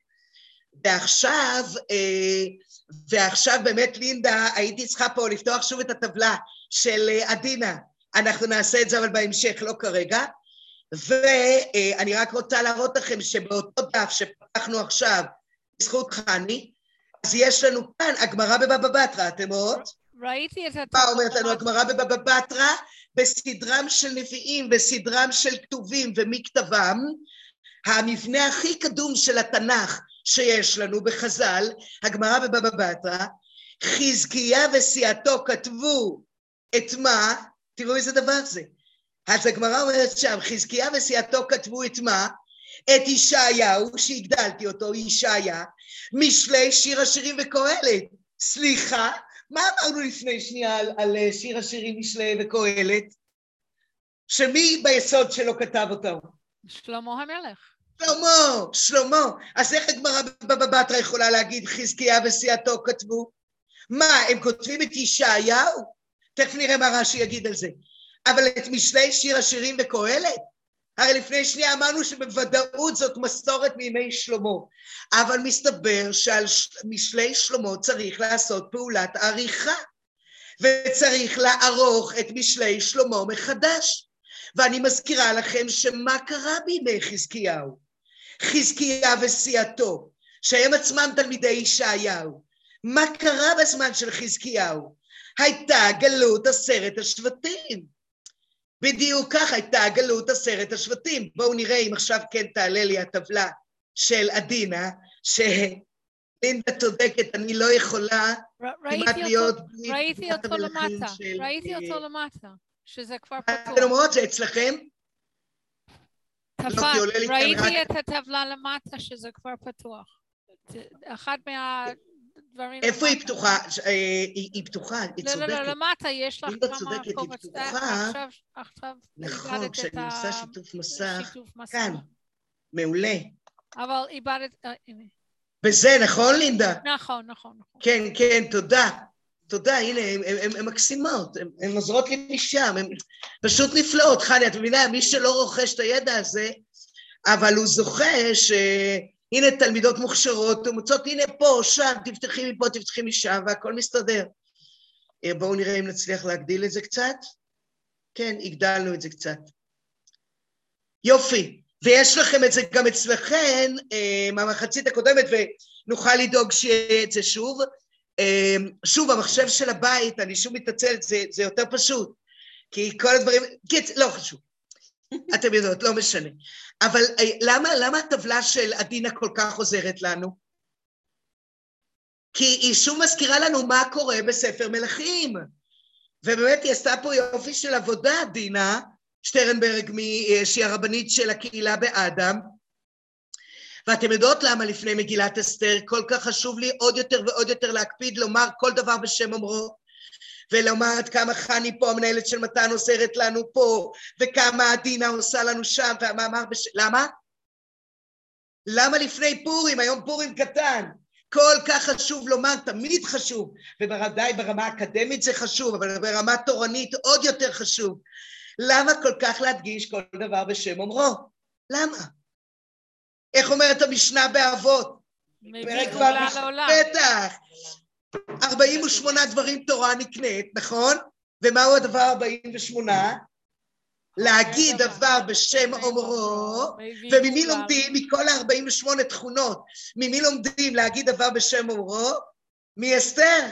ועכשיו באמת לינדה, הייתי צריכה פה לפתוח שוב את הטבלה של עדינה, אנחנו נעשה את זה אבל בהמשך, לא כרגע, ואני רק רוצה להראות לכם שבאותו דף שפתחנו עכשיו, בזכות חני, אז יש לנו כאן הגמרא בבבא בתרא, אתם רואות? ראיתי את הטבלה. מה אומרת לנו הגמרא בבבא בתרא? בסדרם של נביאים, בסדרם של כתובים ומכתבם, המבנה הכי קדום של התנ"ך שיש לנו בחז"ל, הגמרא בבבא בתרא, חזקיה וסיעתו כתבו את מה? תראו איזה דבר זה. אז הגמרא אומרת שם, חזקיה וסיעתו כתבו את מה? את ישעיהו, שהגדלתי אותו, ישעיה, משלי שיר השירים וקהלת. סליחה, מה אמרנו לפני שנייה על שיר השירים משלי וקהלת? שמי ביסוד שלו כתב אותם? שלמה המלך. שלמה. אז איך הגמרא בבבא בתרא יכולה להגיד חזקיה וסיעתו כתבו? מה, הם כותבים את ישעיהו? תכף נראה מה רש"י יגיד על זה. אבל את משלי שיר השירים וקהלת? הרי לפני שנייה אמרנו שבוודאות זאת מסורת מימי שלמה, אבל מסתבר שעל משלי שלמה צריך לעשות פעולת עריכה, וצריך לערוך את משלי שלמה מחדש. ואני מזכירה לכם שמה קרה בימי חזקיהו? חזקיה וסיעתו, שהם עצמם תלמידי ישעיהו, מה קרה בזמן של חזקיהו? הייתה גלות 10 השבטים. בדיוק כך הייתה גלות 10 השבטים. בואו נראה אם עכשיו כן תעלה לי הטבלה של עדינה, שלינדה צודקת, אני לא יכולה כמעט להיות... ראיתי אותו למטה, שזה כבר פתוח. אתם אומרות זה אצלכם? ראיתי את הטבלה למטה שזה כבר פתוח. אחד דברים איפה היא למטה. פתוחה? היא פתוחה, היא צודקת. לא, למטה יש לך אם את כמה צודקת, היא קובץ. פתוחה. עכשיו נכון, איבדת את כשאני עושה שיתוף מסך. שיתוף מסך. כאן, מעולה. אבל איבדת, הנה. בזה, נכון, לינדה? נכון. כן, כן, תודה. תודה, הנה, הן מקסימות, הן עוזרות לי משם, הן פשוט נפלאות. חני, את מבינה, מי שלא רוכש את הידע הזה, אבל הוא זוכה הנה תלמידות מוכשרות, ומוצאות, הנה פה, שם, תפתחי מפה, תפתחי משם, והכל מסתדר. בואו נראה אם נצליח להגדיל את זה קצת. כן, הגדלנו את זה קצת. יופי, ויש לכם את זה גם אצלכם, מהמחצית הקודמת, ונוכל לדאוג שיהיה את זה שוב. שוב, המחשב של הבית, אני שוב מתעצלת, זה יותר פשוט, כי כל הדברים, לא חשוב. אתם יודעות, לא משנה. אבל למה הטבלה של עדינה כל כך עוזרת לנו? כי היא שוב מזכירה לנו מה קורה בספר מלכים. ובאמת היא עשתה פה יופי של עבודה, עדינה שטרנברג, שהיא הרבנית של הקהילה באדם. ואתם יודעות למה לפני מגילת אסתר כל כך חשוב לי עוד יותר ועוד יותר להקפיד לומר כל דבר בשם אומרו, ולומר עד כמה חני פה, המנהלת של מתן, עוזרת לנו פה, וכמה עדינה עושה לנו שם, והמאמר למה? למה לפני פורים? היום פורים קטן. כל כך חשוב לומר, תמיד חשוב, ובוודאי ברמה האקדמית זה חשוב, אבל ברמה תורנית עוד יותר חשוב. למה כל כך להדגיש כל דבר בשם אומרו? למה? איך אומרת המשנה באבות? פרק בטח. 48 דברים תורה נקנית, נכון? ומהו הדבר 48? להגיד דבר בשם אומרו, וממי לומדים? מכל ה-48 תכונות. ממי לומדים להגיד דבר בשם אומרו? מאסתר.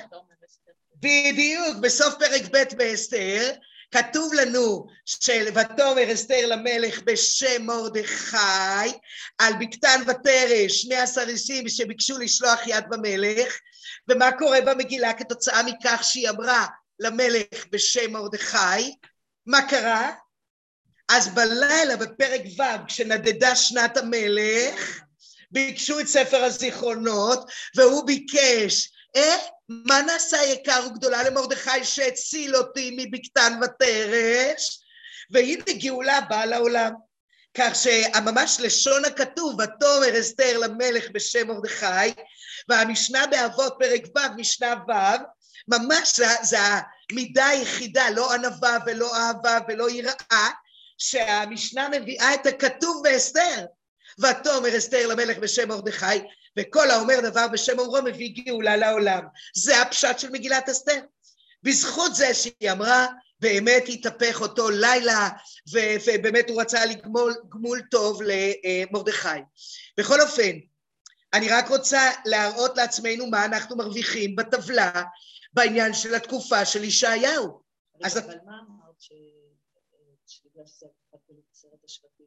בדיוק, בסוף פרק ב' באסתר, כתוב לנו ותאמר אסתר למלך בשם מרדכי, על בקתן ותרש, 12 אישים שביקשו לשלוח יד במלך, ומה קורה במגילה כתוצאה מכך שהיא אמרה למלך בשם מרדכי? מה קרה? אז בלילה בפרק ו' כשנדדה שנת המלך, ביקשו את ספר הזיכרונות, והוא ביקש, מה נעשה יקר וגדולה למרדכי שהציל אותי מבקתן ותרש? והנה גאולה באה לעולם. כך שממש לשון הכתוב, ותאמר אסתר למלך בשם מרדכי, והמשנה באבות פרק ו', משנה ו', ממש זה המידה היחידה, לא ענווה ולא אהבה ולא יראה, שהמשנה מביאה את הכתוב באסתר. ותאמר אסתר למלך בשם מרדכי, וכל האומר דבר בשם אומרו מביא גאולה לעולם. זה הפשט של מגילת אסתר. בזכות זה שהיא אמרה, באמת התהפך אותו לילה, ובאמת הוא רצה לגמול גמול טוב למרדכי. בכל אופן, אני רק רוצה להראות לעצמנו מה אנחנו מרוויחים בטבלה, בעניין של התקופה של ישעיהו. אבל מה אמרת שבגלל שזה בסרט השבטים,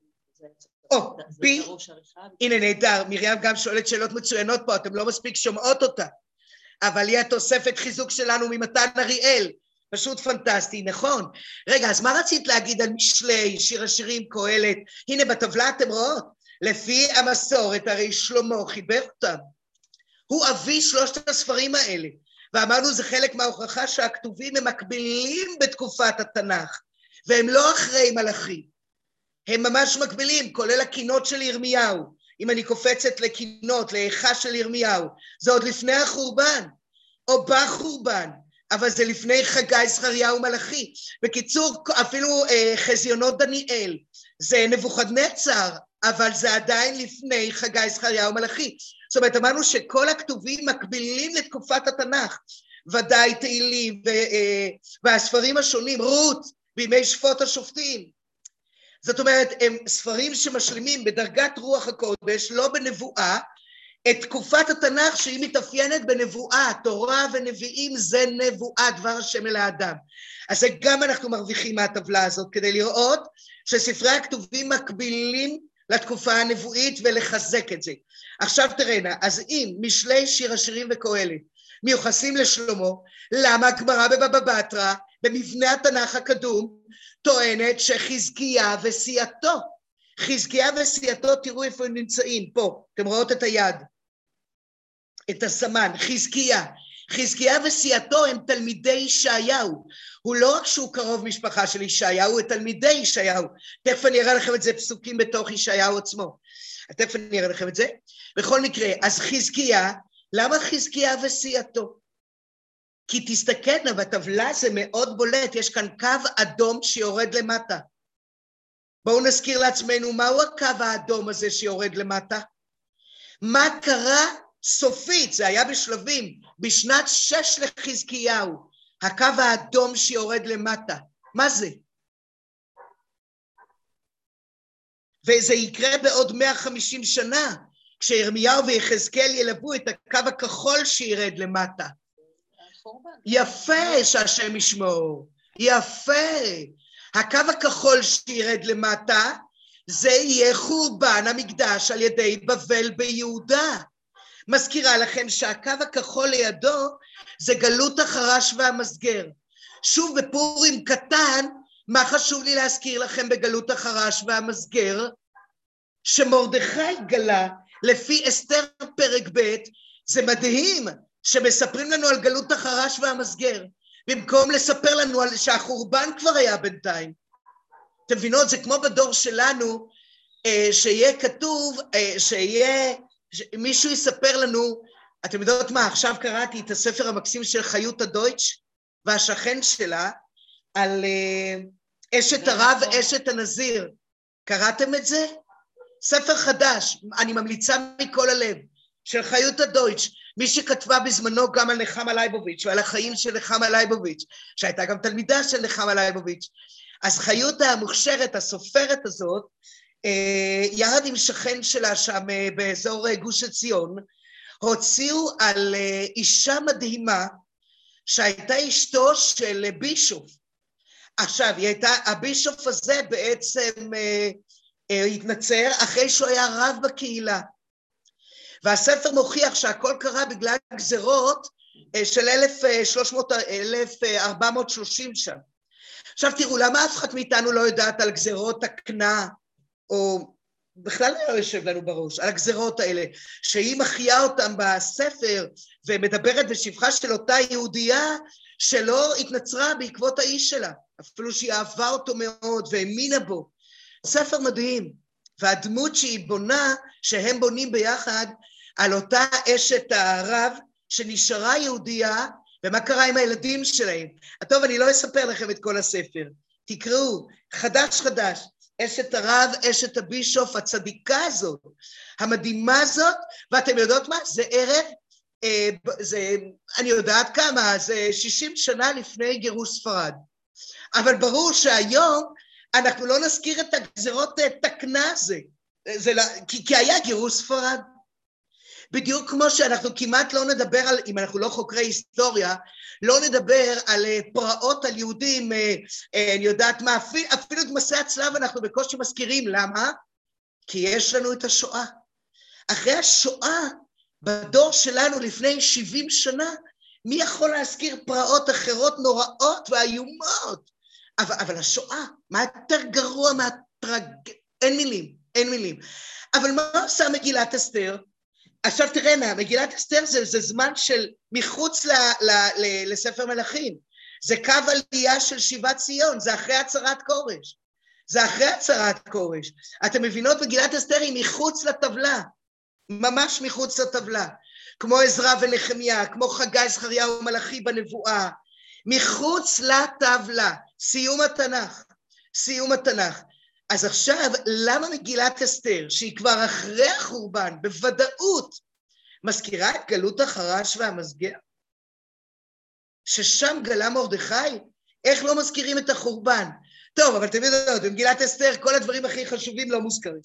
הנה נהדר, מרים גם שואלת שאלות מצוינות פה, אתם לא מספיק שומעות אותה, אבל היא התוספת חיזוק שלנו ממתן אריאל, פשוט פנטסטי, נכון? רגע, אז מה רצית להגיד על משלי, שיר השירים, קהלת? הנה בטבלה אתם רואות, לפי המסורת הרי שלמה חיבר אותם, הוא אבי שלושת הספרים האלה, ואמרנו זה חלק מההוכחה שהכתובים הם מקבילים בתקופת התנ"ך, והם לא אחרי מלאכים, הם ממש מקבילים, כולל הקינות של ירמיהו. אם אני קופצת לקינות, לאיכה של ירמיהו, זה עוד לפני החורבן, או בחורבן, אבל זה לפני חגי, זכריהו ומלאכי. בקיצור, אפילו חזיונות דניאל, זה נבוכדנצר, אבל זה עדיין לפני חגי, זכריהו ומלאכי. זאת אומרת, אמרנו שכל הכתובים מקבילים לתקופת התנ"ך, ודאי תהילים והספרים השונים, רות, בימי שפוט השופטים. זאת אומרת, הם ספרים שמשלימים בדרגת רוח הקודש, לא בנבואה, את תקופת התנ"ך שהיא מתאפיינת בנבואה, תורה ונביאים זה נבואה, דבר השם אל האדם. אז זה גם אנחנו מרוויחים מהטבלה הזאת, כדי לראות שספרי הכתובים מקבילים לתקופה הנבואית ולחזק את זה. עכשיו תראינה, אז אם משלי, שיר השירים וקהלת מיוחסים לשלמה, למה הגמרא בבבא בתרא, במבנה התנ"ך הקדום, טוענת שחזקיה וסיעתו, חזקיה וסיעתו, תראו איפה הם נמצאים, פה, אתם רואות את היד, את הזמן, חזקיה וסיעתו הם תלמידי ישעיהו. הוא לא רק שהוא קרוב משפחה של ישעיהו, הוא תלמידי ישעיהו. תכף אני אראה לכם את זה פסוקים בתוך ישעיהו עצמו. תכף אני אראה לכם את זה. בכל מקרה, אז חזקיה, למה חזקיה וסיעתו? כי תסתכלנה, בטבלה זה מאוד בולט, יש כאן קו אדום שיורד למטה. בואו נזכיר לעצמנו, מהו הקו האדום הזה שיורד למטה? מה קרה סופית, זה היה בשלבים, בשנת 6 לחזקיהו, הקו האדום שיורד למטה. מה זה? וזה יקרה בעוד 150 שנה, כשירמיהו ויחזקאל ילוו את הקו הכחול שירד למטה. יפה שהשם ישמור, יפה. הקו הכחול שירד למטה, זה יהיה חורבן המקדש על ידי בבל ביהודה. מזכירה לכם שהקו הכחול לידו זה גלות החרש והמסגר. שוב בפורים קטן, מה חשוב לי להזכיר לכם בגלות החרש והמסגר? שמרדכי גלה לפי אסתר פרק ב', זה מדהים שמספרים לנו על גלות החרש והמסגר, במקום לספר לנו על שהחורבן כבר היה בינתיים. אתם מבינות, זה כמו בדור שלנו, שיהיה כתוב, מישהו יספר לנו, אתם יודעות מה, עכשיו קראתי את הספר המקסים של חיותה דויטש, והשכן שלה, על אשת הרב ואשת הנזיר. קראתם את זה? ספר חדש, אני ממליצה מכל הלב, של חיותה דויטש, מי שכתבה בזמנו גם על נחמה לייבוביץ' ועל החיים של נחמה לייבוביץ', שהייתה גם תלמידה של נחמה לייבוביץ'. אז חיותה המוכשרת, הסופרת הזאת, יחד עם שכן שלה שם באזור גוש עציון, הוציאו על אישה מדהימה, שהייתה אשתו של בישוף. עכשיו, הבישוף הזה בעצם התנצר אחרי שהוא היה רב בקהילה. והספר מוכיח שהכל קרה בגלל גזרות של 1430 שם. עכשיו תראו, למה אף אחד מאיתנו לא יודעת על גזרות הקנה, או בכלל לא יושב לנו בראש, על הגזרות האלה, שהיא מחיה אותם בספר, ומדברת בשבחה של אותה יהודייה, שלא התנצרה בעקבות האיש שלה, אפילו שהיא אהבה אותו מאוד, והאמינה בו. ספר מדהים, והדמות שהיא בונה, שהם בונים ביחד, על אותה אשת הרב, שנשארה יהודייה, ומה קרה עם הילדים שלהם. טוב, אני לא אספר לכם את כל הספר, תקראו, חדש, אשת הרב, אשת הבישוף, הצדיקה הזאת, המדהימה הזאת, ואתם יודעות מה? זה ערב, אני יודעת כמה, זה 60 שנה לפני גירוש ספרד. אבל ברור שהיום אנחנו לא נזכיר את הגזרות תקנה הזה, כי היה גירוש ספרד. בדיוק כמו שאנחנו כמעט לא נדבר על, אם אנחנו לא חוקרי היסטוריה, לא נדבר על פרעות על יהודים, אני יודעת מה, אפילו את מסעי הצלב אנחנו בקושי מזכירים, למה? כי יש לנו את השואה. אחרי השואה, בדור שלנו לפני 70 שנה, מי יכול להזכיר פרעות אחרות נוראות ואיומות? אבל השואה, מה יותר גרוע אין מילים. אבל מה עושה מגילת אסתר? עכשיו תראינה, מגילת אסתר זה זמן של מחוץ לספר מלכים. זה קו עלייה של שיבת ציון, זה אחרי הצהרת כורש. אתם מבינות, מגילת אסתר היא מחוץ לטבלה, ממש מחוץ לטבלה. כמו עזרא ונחמיה, כמו חגי, זכריה ומלאכי בנבואה. מחוץ לטבלה, סיום התנ"ך. אז עכשיו, למה מגילת אסתר, שהיא כבר אחרי החורבן, בוודאות, מזכירה את גלות החרש והמסגר? ששם גלה מרדכי? איך לא מזכירים את החורבן? טוב, אבל אתם יודעים, במגילת אסתר, כל הדברים הכי חשובים לא מוזכרים.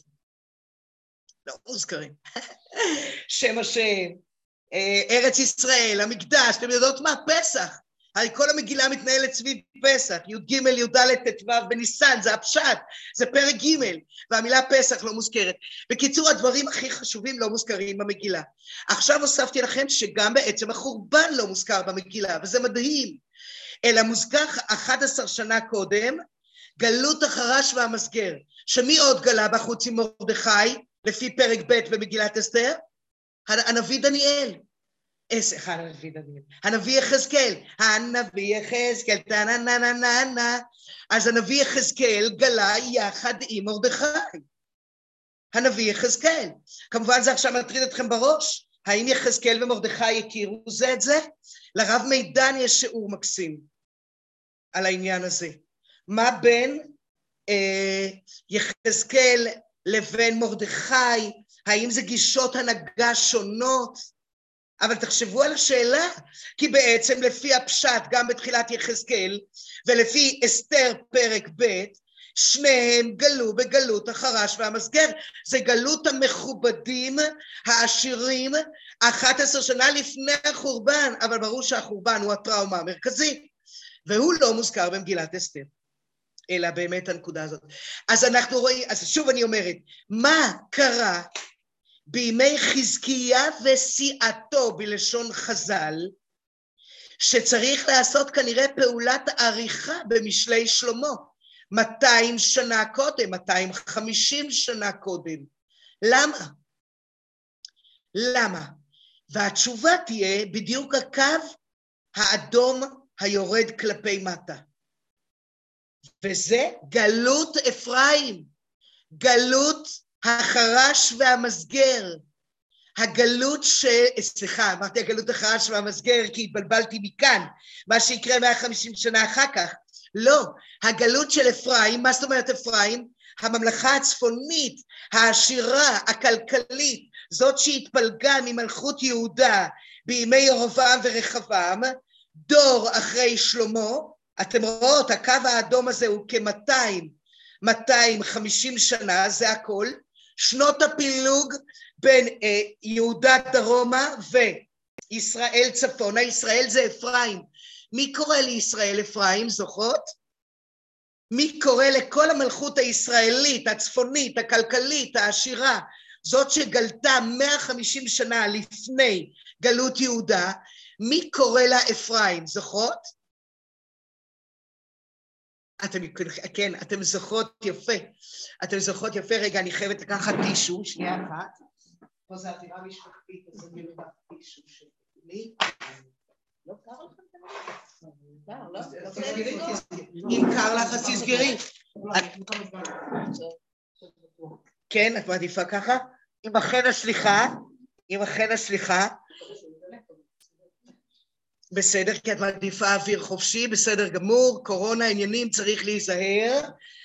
שם השם, ארץ ישראל, המקדש, אתם יודעות מה? פסח. הרי כל המגילה מתנהלת סביב פסח, י"ג, י"ד, ט"ו בניסן, זה הפשט, זה פרק ג', והמילה פסח לא מוזכרת. בקיצור, הדברים הכי חשובים לא מוזכרים במגילה. עכשיו הוספתי לכם שגם בעצם החורבן לא מוזכר במגילה, וזה מדהים. אלא מוזכר 11 שנה קודם, גלות החרש והמסגר, שמי עוד גלה בחוץ עם מרדכי, לפי פרק ב' במגילת אסתר? הנביא דניאל. הנביא יחזקאל, טה-נה-נה-נה-נה. אז הנביא יחזקאל גלה יחד עם מרדכי. הנביא יחזקאל. כמובן זה עכשיו מטריד אתכם בראש. האם יחזקאל ומרדכי הכירו זה את זה? לרב מידן יש שיעור מקסים על העניין הזה. מה בין יחזקאל לבין מרדכי? האם זה גישות הנהגה שונות? אבל תחשבו על השאלה, כי בעצם לפי הפשט גם בתחילת יחזקאל ולפי אסתר פרק ב', שניהם גלו בגלות החרש והמסגר. זה גלות המכובדים, העשירים, 11 שנה לפני החורבן, אבל ברור שהחורבן הוא הטראומה המרכזית, והוא לא מוזכר במגילת אסתר, אלא באמת הנקודה הזאת. אז אנחנו רואים, אז שוב אני אומרת, מה קרה בימי חזקיה וסיעתו בלשון חז"ל, שצריך לעשות כנראה פעולת עריכה במשלי שלמה, 200 שנה קודם, 250 שנה קודם. למה? למה? והתשובה תהיה בדיוק הקו האדום היורד כלפי מטה. וזה גלות אפרים, גלות החרש והמסגר, הגלות אמרתי הגלות החרש והמסגר כי התבלבלתי מכאן, מה שיקרה 150 שנה אחר כך. לא, הגלות של אפרים, מה זאת אומרת אפרים? הממלכה הצפונית, העשירה, הכלכלית, זאת שהתפלגה ממלכות יהודה בימי ירבעם ורחבעם, דור אחרי שלמה. אתם רואות, הקו האדום הזה הוא כ-250 שנה, זה הכל. שנות הפילוג בין יהודה דרומה וישראל צפונה. ישראל זה אפרים. מי קורא לישראל אפרים, זוכרות? מי קורא לכל המלכות הישראלית, הצפונית, הכלכלית, העשירה, זאת שגלתה 150 שנה לפני גלות יהודה, מי קורא לה אפרים, זוכרות? אתם זוכרות יפה. אתם זוכרות יפה. רגע, אני חייבת לקחת טישו, שנייה אחת. פה זה עתירה משפחתית, אז אני לוקח טישו שלי. לא קר לך? אם קר לך, אז תסגרי. כן, את מעדיפה ככה? אם אכן הסליחה, בסדר, כי את מעדיפה אוויר חופשי, בסדר גמור, קורונה, עניינים, צריך להיזהר.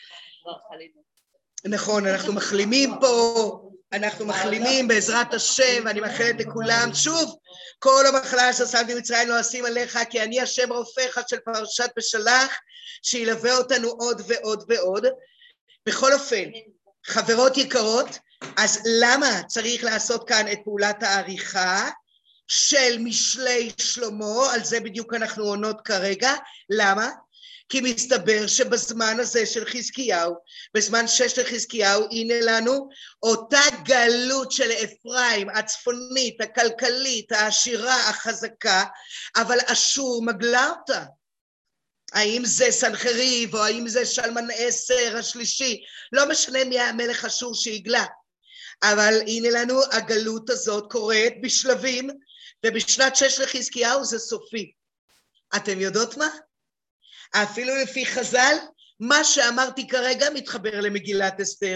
נכון, אנחנו מחלימים פה, אנחנו מחלימים בעזרת השם, ואני מאחלת לכולם, שוב, כל המחלה ששמתי במצרים לא אשים עליך, כי אני השם רופאך של פרשת בשלח, שילווה אותנו עוד ועוד ועוד. בכל אופן, חברות יקרות, אז למה צריך לעשות כאן את פעולת העריכה של משלי שלמה? על זה בדיוק אנחנו עונות כרגע. למה? כי מסתבר שבזמן הזה של חזקיהו, בזמן של חזקיהו, הנה לנו אותה גלות של אפרים, הצפונית, הכלכלית, העשירה, החזקה, אבל אשור מגלה אותה. האם זה סנחריב, או האם זה שלמן 10 השלישי, לא משנה מי המלך אשור שהגלה. אבל הנה לנו הגלות הזאת קורית בשלבים, ובשנת 6 לחזקיהו זה סופי. אתם יודעות מה? אפילו לפי חז"ל, מה שאמרתי כרגע מתחבר למגילת אסתר.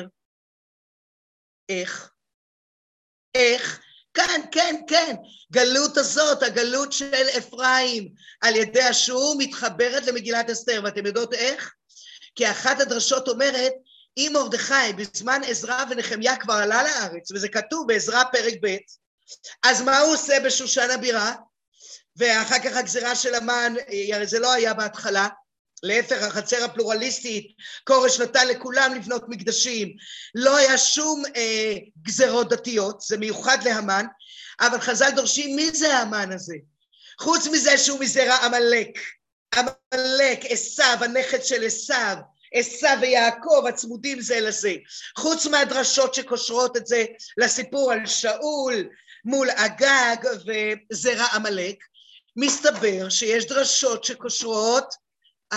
איך? כן. גלות הזאת, הגלות של אפרים על ידי אשור מתחברת למגילת אסתר, ואתם יודעות איך? כי אחת הדרשות אומרת, אם מרדכי בזמן עזרא ונחמיה כבר עלה לארץ, וזה כתוב בעזרא פרק ב', אז מה הוא עושה בשושן הבירה? ואחר כך הגזירה של המן, זה לא היה בהתחלה, להפך, החצר הפלורליסטית, כורש נתן לכולם לבנות מקדשים, לא היה שום גזירות דתיות, זה מיוחד להמן, אבל חז"ל דורשים מי זה המן הזה? חוץ מזה שהוא מזרע עמלק, עשיו, הנכד של עשיו ויעקב הצמודים זה לזה, חוץ מהדרשות שקושרות את זה לסיפור על שאול מול אגג וזרע עמלק, מסתבר שיש דרשות שקושרות,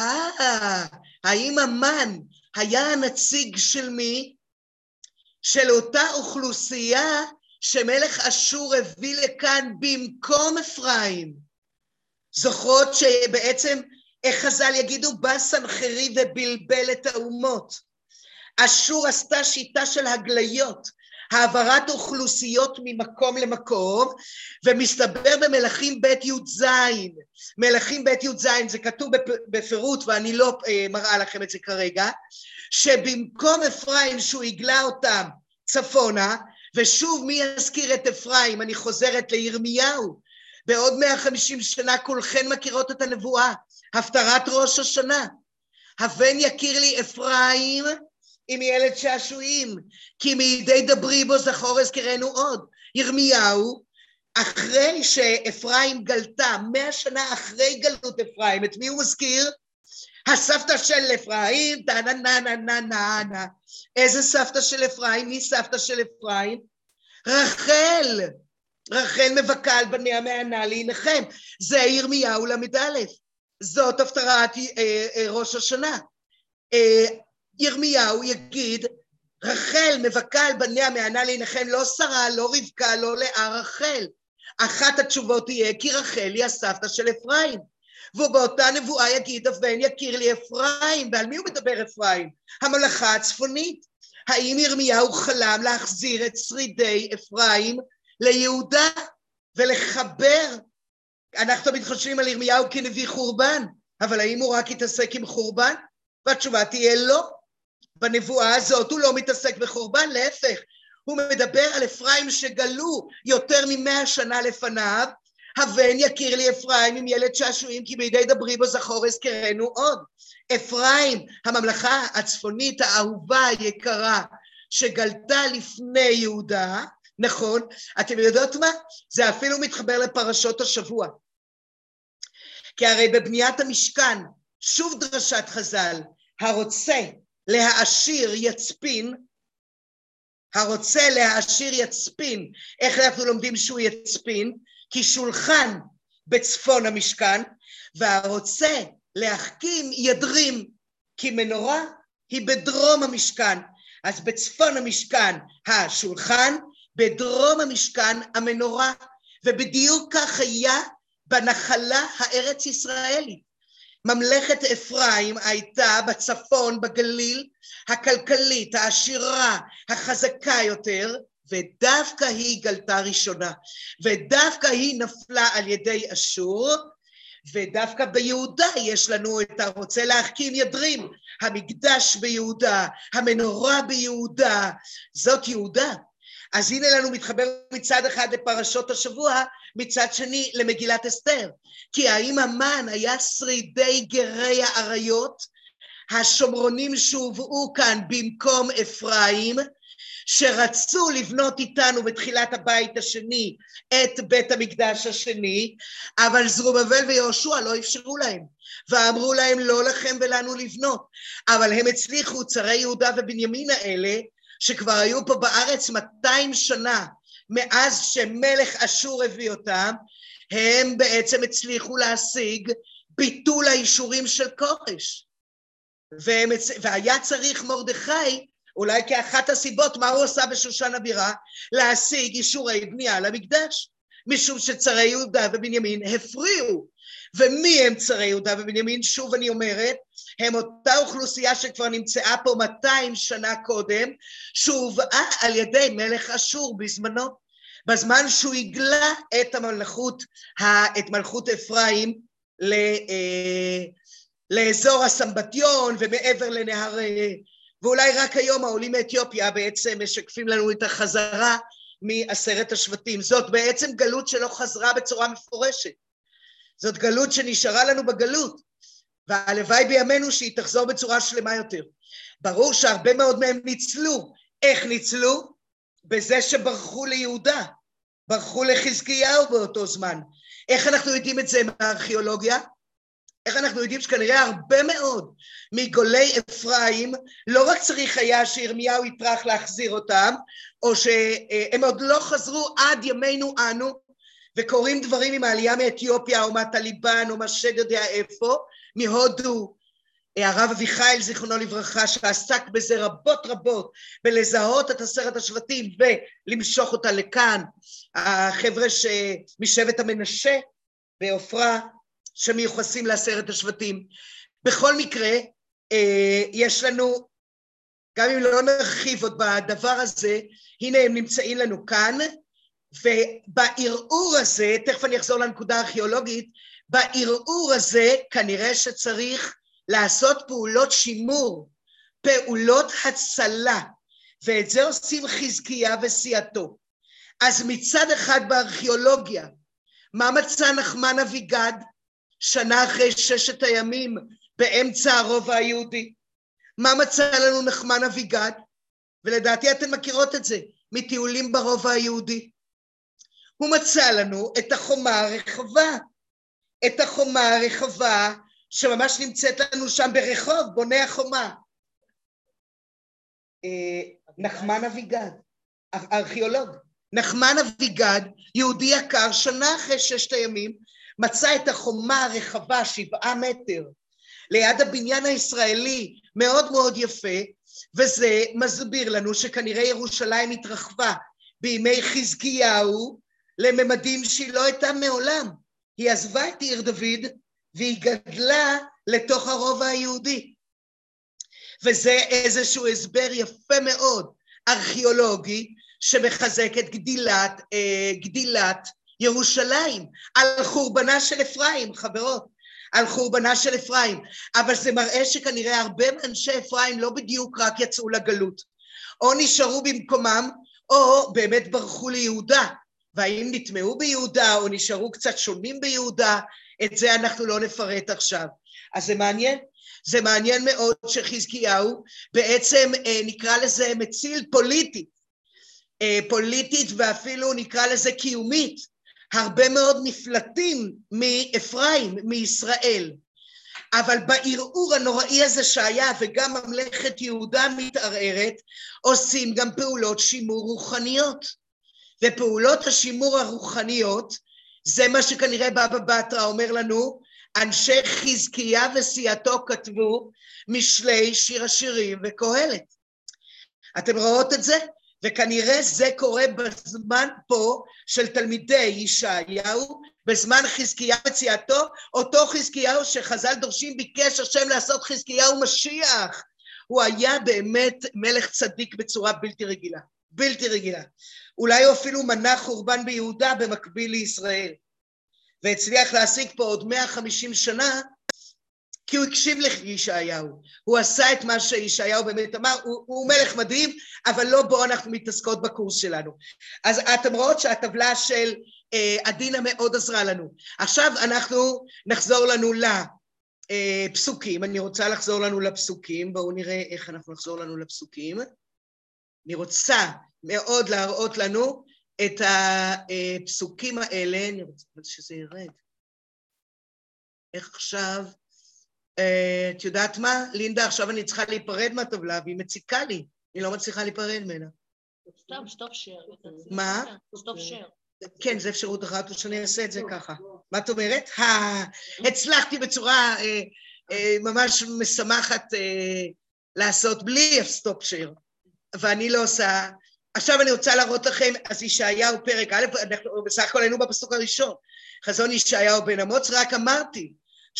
האם המן היה הנציג של מי? של אותה אוכלוסייה שמלך אשור הביא לכאן במקום אפרים. זוכרות שבעצם, איך חז"ל יגידו, בא סנחריב ובלבל את האומות. אשור עשתה שיטה של הגליות, העברת אוכלוסיות ממקום למקום, ומסתבר במלכים בית י"ז, מלכים בית י"ז, זה כתוב בפירוט ואני לא מראה לכם את זה כרגע, שבמקום אפרים שהוא הגלה אותם צפונה, ושוב מי יזכיר את אפרים, אני חוזרת לירמיהו, בעוד 150 שנה כולכן מכירות את הנבואה, הפטרת ראש השנה, הבן יכיר לי אפרים, עם ילד שעשועים, כי מידי דברי בו זכור אזכרנו עוד. ירמיהו, אחרי שאפרים גלתה, 100 שנה אחרי גלות אפרים, את מי הוא מזכיר? הסבתא של אפרים, טה-נה-נה-נה-נה-נה. איזה סבתא של אפרים? מי סבתא של אפרים? רחל. רחל מבכה על בניה מהנה להנחם. זה ירמיהו למ"א. זאת הפטרת ראש השנה. ירמיהו יגיד, רחל מבכה על בניה מהנה להנחם, לא שרה, לא רבקה, לא לאה, רחל. אחת התשובות תהיה, כי רחל היא הסבתא של אפרים. ובאותה נבואה יגיד, הבן יכיר לי אפרים, ועל מי הוא מדבר אפרים? הממלכה הצפונית. האם ירמיהו חלם להחזיר את שרידי אפרים ליהודה ולחבר? אנחנו תמיד חושבים על ירמיהו כנביא חורבן, אבל האם הוא רק יתעסק עם חורבן? והתשובה תהיה לא. בנבואה הזאת הוא לא מתעסק בחורבן, להפך, הוא מדבר על אפרים שגלו יותר מ100 שנה לפניו, הבן יכיר לי אפרים עם ילד שעשועים, כי בידי דברי בו זכור אזכרנו עוד. אפרים, הממלכה הצפונית האהובה היקרה, שגלתה לפני יהודה, נכון, אתם יודעות מה? זה אפילו מתחבר לפרשות השבוע. כי הרי בבניית המשכן, שוב דרשת חז"ל, הרוצה להעשיר יצפין, הרוצה להעשיר יצפין, איך אנחנו לומדים שהוא יצפין? כי שולחן בצפון המשכן, והרוצה להחכים ידרים, כי מנורה היא בדרום המשכן, אז בצפון המשכן השולחן, בדרום המשכן המנורה, ובדיוק כך היה בנחלה הארץ ישראלית. ממלכת אפרים הייתה בצפון, בגליל, הכלכלית, העשירה, החזקה יותר, ודווקא היא גלתה ראשונה, ודווקא היא נפלה על ידי אשור, ודווקא ביהודה יש לנו את הרוצה להחכים ידרים, המקדש ביהודה, המנורה ביהודה, זאת יהודה. אז הנה לנו מתחבר מצד אחד לפרשות השבוע, מצד שני למגילת אסתר. כי האם המן היה שרידי גרי האריות, השומרונים שהובאו כאן במקום אפרים, שרצו לבנות איתנו בתחילת הבית השני את בית המקדש השני, אבל זרובבל ויהושע לא אפשרו להם, ואמרו להם לא לכם ולנו לבנות, אבל הם הצליחו, צרי יהודה ובנימין האלה, שכבר היו פה בארץ 200 שנה, מאז שמלך אשור הביא אותם, הם בעצם הצליחו להשיג ביטול האישורים של כורש. והיה צריך מרדכי, אולי כאחת הסיבות, מה הוא עשה בשושן הבירה? להשיג אישורי בנייה למקדש, משום שצרי יהודה ובנימין הפריעו. ומי הם צרי יהודה ובנימין? שוב אני אומרת, הם אותה אוכלוסייה שכבר נמצאה פה 200 שנה קודם, שהובאה על ידי מלך אשור בזמנו, בזמן שהוא הגלה את מלכות אפרים לאזור הסמבטיון ומעבר לנהר, ואולי רק היום העולים מאתיופיה בעצם משקפים לנו את החזרה מ10 השבטים. זאת בעצם גלות שלא חזרה בצורה מפורשת. זאת גלות שנשארה לנו בגלות, והלוואי בימינו שהיא תחזור בצורה שלמה יותר. ברור שהרבה מאוד מהם ניצלו. איך ניצלו? בזה שברחו ליהודה, ברחו לחזקיהו באותו זמן. איך אנחנו יודעים את זה מהארכיאולוגיה? איך אנחנו יודעים שכנראה הרבה מאוד מגולי אפרים, לא רק צריך היה שירמיהו יטרח להחזיר אותם, או שהם עוד לא חזרו עד ימינו אנו, וקוראים דברים עם העלייה מאתיופיה, או מהטליבן, או מהשד יודע איפה, מהודו, הרב אביחיל, זיכרונו לברכה, שעסק בזה רבות, בלזהות את 10 השבטים ולמשוך אותה לכאן, החבר'ה משבט המנשה בעופרה, שמיוחסים ל10 השבטים. בכל מקרה, יש לנו, גם אם לא נרחיב עוד בדבר הזה, הנה הם נמצאים לנו כאן, ובערעור הזה, תכף אני אחזור לנקודה הארכיאולוגית, בערעור הזה כנראה שצריך לעשות פעולות שימור, פעולות הצלה, ואת זה עושים חזקיה וסיעתו. אז מצד אחד בארכיאולוגיה, מה מצא נחמן אביגד שנה אחרי 6 הימים באמצע הרובע היהודי? מה מצא לנו נחמן אביגד? ולדעתי אתן מכירות את זה, מטיולים ברובע היהודי. הוא מצא לנו את החומה הרחבה, את החומה הרחבה שממש נמצאת לנו שם ברחוב, בוני החומה. נחמן אביגד, ארכיאולוג. נחמן אביגד, יהודי יקר, שנה אחרי 6 הימים, מצא את החומה הרחבה, 7 מטר, ליד הבניין הישראלי, מאוד מאוד יפה, וזה מסביר לנו שכנראה ירושלים התרחבה בימי חזקיהו לממדים שהיא לא הייתה מעולם. היא עזבה את עיר דוד והיא גדלה לתוך הרובע היהודי. וזה איזשהו הסבר יפה מאוד, ארכיאולוגי, שמחזק את גדילת ירושלים, על חורבנה של אפרים, חברות, על חורבנה של אפרים, אבל זה מראה שכנראה הרבה מאנשי אפרים לא בדיוק רק יצאו לגלות, או נשארו במקומם, או באמת ברחו ליהודה, והאם נטמעו ביהודה, או נשארו קצת שונים ביהודה, את זה אנחנו לא נפרט עכשיו. אז זה מעניין, זה מעניין מאוד שחזקיהו בעצם נקרא לזה מציל פוליטית ואפילו נקרא לזה קיומית, הרבה מאוד נפלטים מאפרים, מישראל. אבל בערעור הנוראי הזה שהיה, וגם ממלכת יהודה מתערערת, עושים גם פעולות שימור רוחניות. ופעולות השימור הרוחניות, זה מה שכנראה בבא בתרא אומר לנו, אנשי חזקיה וסיעתו כתבו משלי שיר השירים וקהלת. אתם רואות את זה? וכנראה זה קורה בזמן פה של תלמידי ישעיהו, בזמן חזקיה וסיעתו, אותו חזקיהו שחז"ל דורשים ביקש השם לעשות חזקיהו משיח. הוא היה באמת מלך צדיק בצורה בלתי רגילה, בלתי רגילה. אולי הוא אפילו מנע חורבן ביהודה במקביל לישראל, והצליח להשיג פה עוד 150 שנה, כי הוא הקשיב לישעיהו, הוא עשה את מה שישעיהו באמת אמר, הוא מלך מדהים, אבל לא בו אנחנו מתעסקות בקורס שלנו. אז אתם רואות שהטבלה של עדינה מאוד עזרה לנו. עכשיו אנחנו נחזור לנו לפסוקים, אני רוצה לחזור לנו לפסוקים, בואו נראה איך אנחנו נחזור לנו לפסוקים. אני רוצה מאוד להראות לנו את הפסוקים האלה, אני רוצה שזה ירד. איך עכשיו, את יודעת מה? לינדה, עכשיו אני צריכה להיפרד מהטבלה, והיא מציקה לי, אני לא מצליחה להיפרד ממנה. סתם, סטופ שייר. מה? סטופ שייר. כן, זה אפשרות אחת, או שאני אעשה את זה ככה. מה את אומרת? הצלחתי בצורה ממש משמחת לעשות בלי סטופ שייר, ואני לא עושה. עכשיו אני רוצה להראות לכם, אז ישעיהו פרק א', אנחנו בסך הכל היינו בפסוק הראשון, חזון ישעיהו בן אמוץ, רק אמרתי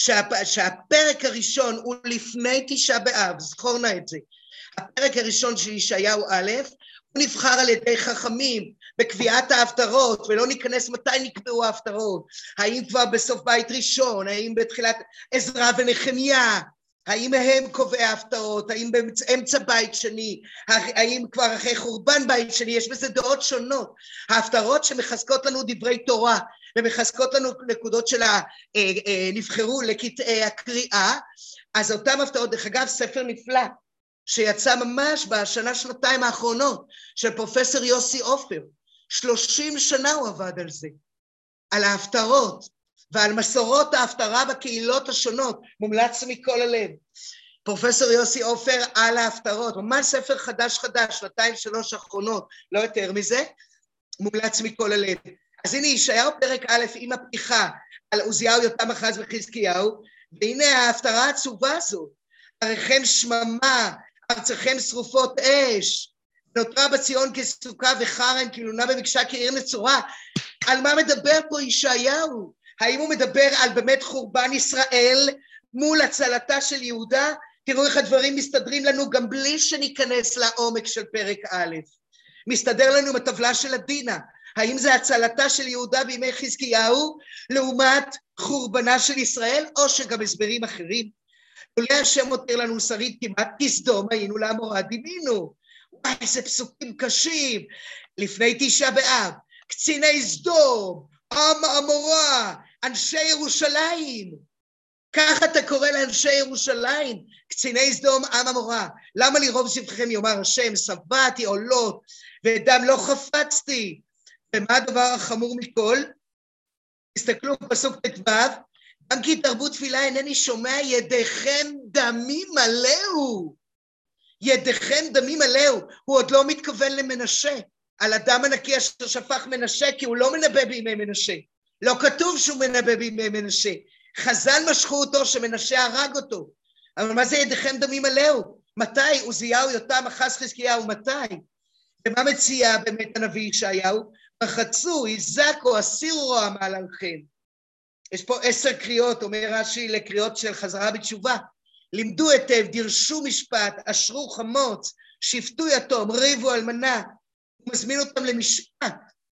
שהפרק הראשון הוא לפני 9 באב, זכורנה את זה. הפרק הראשון של ישעיהו א', הוא נבחר על ידי חכמים בקביעת ההפטרות, ולא ניכנס מתי נקבעו ההפטרות, האם כבר בסוף בית ראשון, האם בתחילת עזרא ונחמיה, האם הם קובעי ההפטרות, האם באמצע בית שני, האם כבר אחרי חורבן בית שני, יש בזה דעות שונות. ההפטרות שמחזקות לנו דברי תורה, ומחזקות לנו נקודות שלה נבחרו לקטעי הקריאה, אז אותם הפטרות, דרך אגב, ספר נפלא, שיצא ממש בשנה שנתיים האחרונות, של פרופסור יוסי אופר, 30 שנה הוא עבד על זה, על ההפטרות, ועל מסורות ההפטרה בקהילות השונות, מומלץ מכל הלב. פרופסור יוסי אופר על ההפטרות, ממש ספר חדש, 2-3 האחרונות, לא יותר מזה, מומלץ מכל הלב. אז הנה ישעיהו פרק א' עם הפתיחה על עוזיהו, יותם, אחז וחזקיהו, והנה ההפטרה העצובה הזאת, עריכם שממה, ארציכם שרופות אש, נותרה בציון כסוכה וחרם, כלונה במקשה כעיר נצורה. על מה מדבר פה ישעיהו? האם הוא מדבר על באמת חורבן ישראל מול הצלתה של יהודה? תראו איך הדברים מסתדרים לנו גם בלי שניכנס לעומק של פרק א'. מסתדר לנו עם הטבלה של הדינה. האם זה הצלתה של יהודה בימי חזקיהו לעומת חורבנה של ישראל, או שגם הסברים אחרים? אולי השם מותיר לנו שריד כמעט כסדום היינו לעמורה דימינו. וואי, איזה פסוקים קשים. לפני תשעה באב, קציני סדום, עם עמורה, אנשי ירושלים. ככה אתה קורא לאנשי ירושלים, קציני סדום, עם עמורה. למה לרוב שבחכם יאמר השם, שבעתי עולות, ודם לא חפצתי. ומה הדבר החמור מכל? תסתכלו בפסוק ט"ו, גם כי תרבו תפילה אינני שומע, ידיכם דמים מלאו. ידיכם דמים מלאו. הוא עוד לא מתכוון למנשה, על הדם הנקי אשר שפך מנשה, כי הוא לא מנבא בימי מנשה. לא כתוב שהוא מנבא בימי מנשה. חז"ל משכו אותו שמנשה הרג אותו. אבל מה זה ידיכם דמים מלאו? מתי? עוזיהו, יותם, אחז חזקיהו, מתי? ומה מציע באמת הנביא ישעיהו? רחצו, יזעקו, הסירו רעמל עליכם. יש פה 10 קריאות, אומר רש"י, לקריאות של חזרה בתשובה. לימדו היטב, דרשו משפט, אשרו חמוץ, שפטו יתום, ריבו אלמנה. הוא מזמין אותם למשפט.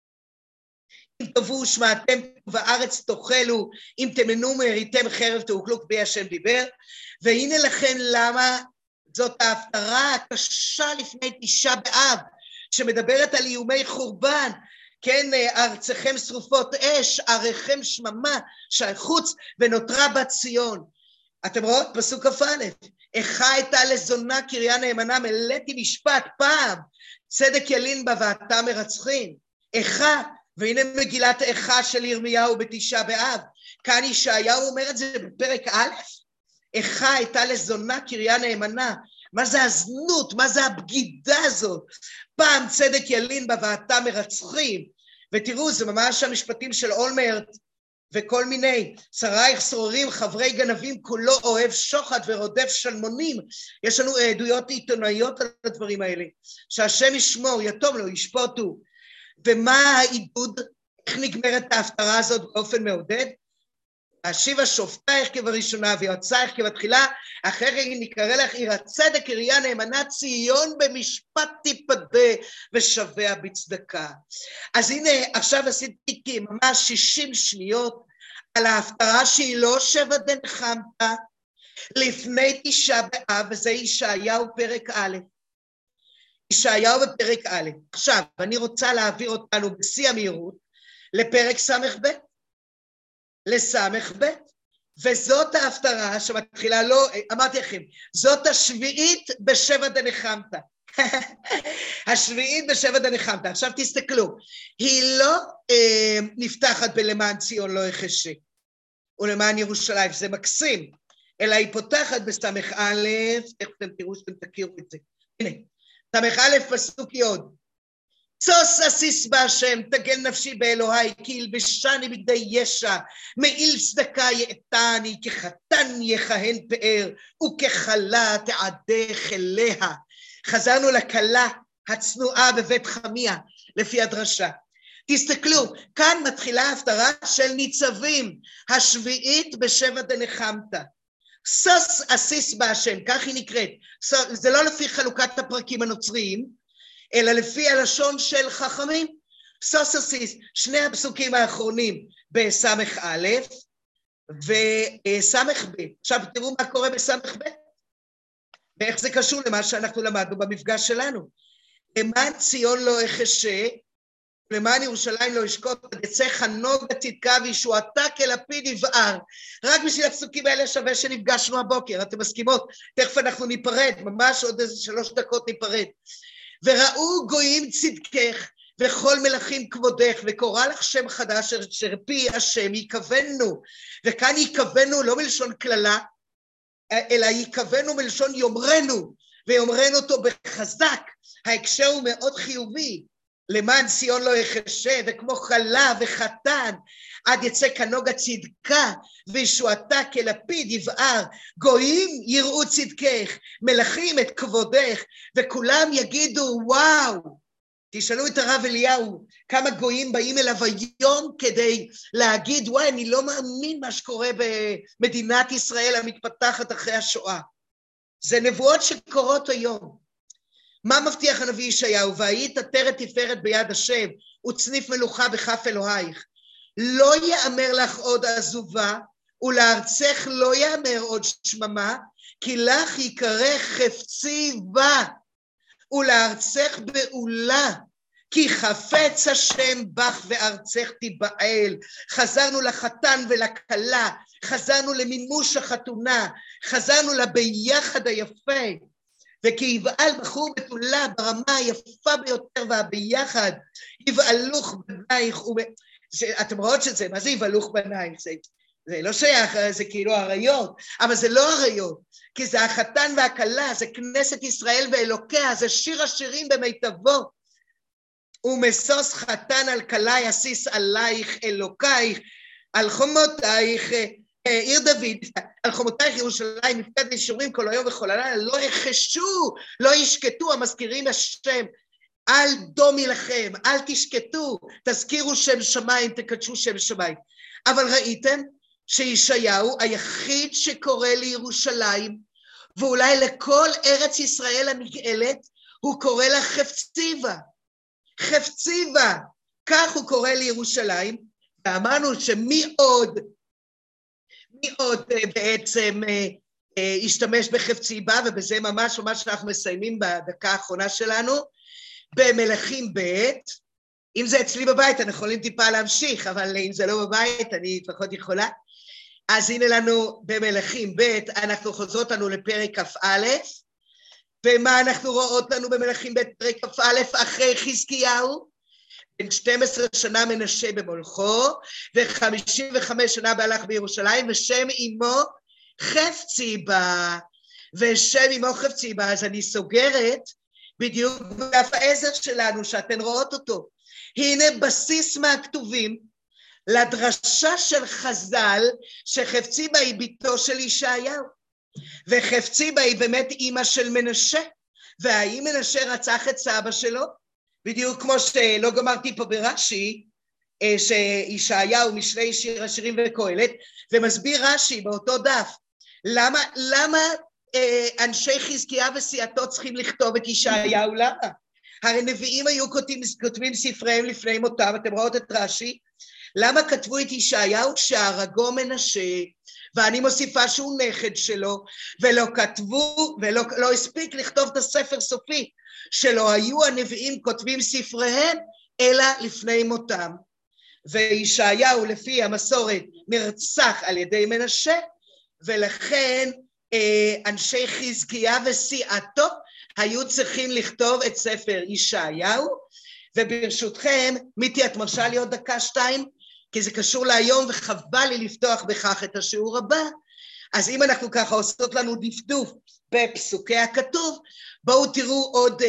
אם תבואו שמעתם בארץ תאכלו, אם תמנו מריתם חרב תאכלו כפי השם דיבר. והנה לכן למה זאת ההפטרה הקשה לפני תשעה באב, שמדברת על איומי חורבן, כן, ארציכם שרופות אש, עריכם שממה, שחוץ ונותרה בת ציון. אתם רואות? פסוק כ"א, איכה הייתה לזונה קריה נאמנה, מלאתי משפט פעם, צדק ילין בה ואתה מרצחים. איכה, והנה מגילת איכה של ירמיהו בתשעה באב, כאן ישעיהו אומר את זה בפרק א', איכה הייתה לזונה קריה נאמנה. מה זה הזנות? מה זה הבגידה הזאת? פעם צדק ילין בה ואתה מרצחים. ותראו, זה ממש המשפטים של אולמרט וכל מיני, שרייך סרורים, חברי גנבים, כולו אוהב שוחד ורודף שלמונים. יש לנו עדויות עיתונאיות על הדברים האלה. שהשם ישמור, יתום לו, ישפוטו. ומה העידוד? איך נגמרת ההפטרה הזאת באופן מעודד? השיבה שופטייך כבראשונה ויועצייך כבתחילה, אחרי כן נקרא לך עיר הצדק, עירייה נאמנה, ציון במשפט תיפדה ושבע בצדקה. אז הנה עכשיו עשיתי ממש 60 שניות על ההפטרה שהיא לא שבע דנחמת, לפני תשעה באב, וזה ישעיהו פרק א'. ישעיהו בפרק א'. עכשיו אני רוצה להעביר אותנו בשיא המהירות לפרק ס"ב. לסמך ב', וזאת ההפטרה שמתחילה, לא, אמרתי לכם, זאת השביעית בשבע דנחמת. השביעית בשבע דנחמת. עכשיו תסתכלו, היא לא נפתחת בלמען ציון לא יחשה, ולמען ירושלים, זה מקסים, אלא היא פותחת בסמך א', איך אתם תראו שאתם תכירו את זה. הנה, סמך א' פסוק יוד. צוס אסיס בהשם, תגל נפשי באלוהי, כי ילבשני בגדי ישע, מעיל צדקה יאתני, כחתן יכהן פאר, וככלה תעדך אליה. חזרנו לכלה הצנועה בבית חמיה, לפי הדרשה. תסתכלו, כאן מתחילה ההפטרה של ניצבים, השביעית בשבע דנחמת. צוס אסיס בהשם, כך היא נקראת. זה לא לפי חלוקת הפרקים הנוצריים, אלא לפי הלשון של חכמים. סוססיס, שני הפסוקים האחרונים בסמך א' וסמך ב'. עכשיו תראו מה קורה בסמך ב', ואיך זה קשור למה שאנחנו למדנו במפגש שלנו. למען ציון לא יחשה, למען ירושלים לא ישקוט, תצא חנוג הצדקה וישועתה כלפיד יבער. רק בשביל הפסוקים האלה שווה שנפגשנו הבוקר, אתם מסכימות? תכף אנחנו ניפרד, ממש עוד איזה 3 דקות ניפרד. וראו גויים צדקך וכל מלכים כבודך, וקורא לך שם חדש אשר פי השם יכוונו. וכאן יכוונו לא מלשון כללה, אלא יכוונו מלשון יומרנו, ויומרנו אותו בחזק. ההקשר הוא מאוד חיובי. למען ציון לא יחשה, וכמו חלה וחתן, עד יצא כנוגה צדקה, וישועתה כלפיד יבער, גויים יראו צדקך, מלכים את כבודך, וכולם יגידו וואו, תשאלו את הרב אליהו, כמה גויים באים אליו היום כדי להגיד, וואי, אני לא מאמין מה שקורה במדינת ישראל המתפתחת אחרי השואה. זה נבואות שקורות היום. מה מבטיח הנביא ישעיהו? והיית עטרת תפארת ביד השם, וצניף מלוכה בכף אלוהיך. לא יאמר לך עוד עזובה, ולארצך לא יאמר עוד שממה, כי לך יקרא חפצי בה. ולארצך בעולה, כי חפץ השם בך וארצך תיבעל. חזרנו לחתן ולכלה, חזרנו למימוש החתונה, חזרנו לביחד היפה, וכי יבעל בחור בתולה ברמה היפה ביותר והביחד, יבעלוך בנייך, אתם רואות שזה, מה זה יבעלוך בנייך? זה לא שייך, זה כאילו עריות, אבל זה לא עריות, כי זה החתן והכלה, זה כנסת ישראל ואלוקיה, זה שיר השירים במיטבו. ומסוס חתן על כלה יסיס עלייך אלוקייך, על חומותייך, עיר דוד, על חומותייך ירושלים, מפקד ישורים כל היום וכל הלילה, לא יחשו, לא ישקטו, המזכירים השם, אל דומי לכם, אל תשקטו, תזכירו שם שמיים, תקדשו שם שמיים. אבל ראיתם שישעיהו היחיד שקורא לירושלים, ואולי לכל ארץ ישראל הנגאלת, הוא קורא לה חפציבה. חפציבה, כך הוא קורא לירושלים, ואמרנו שמי עוד בעצם השתמש בחפציבה, ובזה ממש אנחנו מסיימים בדקה האחרונה שלנו, במלכים ב', אם זה אצלי בבית, אנחנו יכולים טיפה להמשיך, אבל אם זה לא בבית, אני לפחות יכולה. אז הנה לנו במלכים ב', אנחנו חוזרות לנו לפרק כ"א, ומה אנחנו רואות לנו במלכים ב' פרק כ"א אחרי חזקיהו? בן 12 שנה מנשה במולכו, ו55 שנה בהלך בירושלים, ושם אמו חפציבה, ושם אמו חפציבה, אז אני סוגרת בדיוק בדף העזר שלנו, שאתן רואות אותו. הנה בסיס מהכתובים, לדרשה של חז"ל, שחפציבה היא ביתו של ישעיהו, וחפציבה היא באמת אימא של מנשה, והאם מנשה רצח את סבא שלו, בדיוק כמו שלא גמרתי פה ברש"י, שישעיהו משלי שיר השירים וקהלת, ומסביר רש"י באותו דף, למה אנשי חזקיה וסיעתו צריכים לכתוב את ישעיהו? למה? הרי נביאים היו כותבים ספריהם לפני מותם, אתם רואות את רש"י, למה כתבו את ישעיהו? שהרגו מנשה, ואני מוסיפה שהוא נכד שלו, ולא כתבו, ולא הספיק לכתוב את הספר סופי, שלא היו הנביאים כותבים ספריהם, אלא לפני מותם. וישעיהו לפי המסורת נרצח על ידי מנשה, ולכן אנשי חזקיה וסיעתו היו צריכים לכתוב את ספר ישעיהו, וברשותכם, מיטי, את מרשה לי עוד דקה שתיים? כי זה קשור להיום וחבל לי לפתוח בכך את השיעור הבא, אז אם אנחנו ככה עושות לנו דפדוף בפסוקי הכתוב, בואו תראו עוד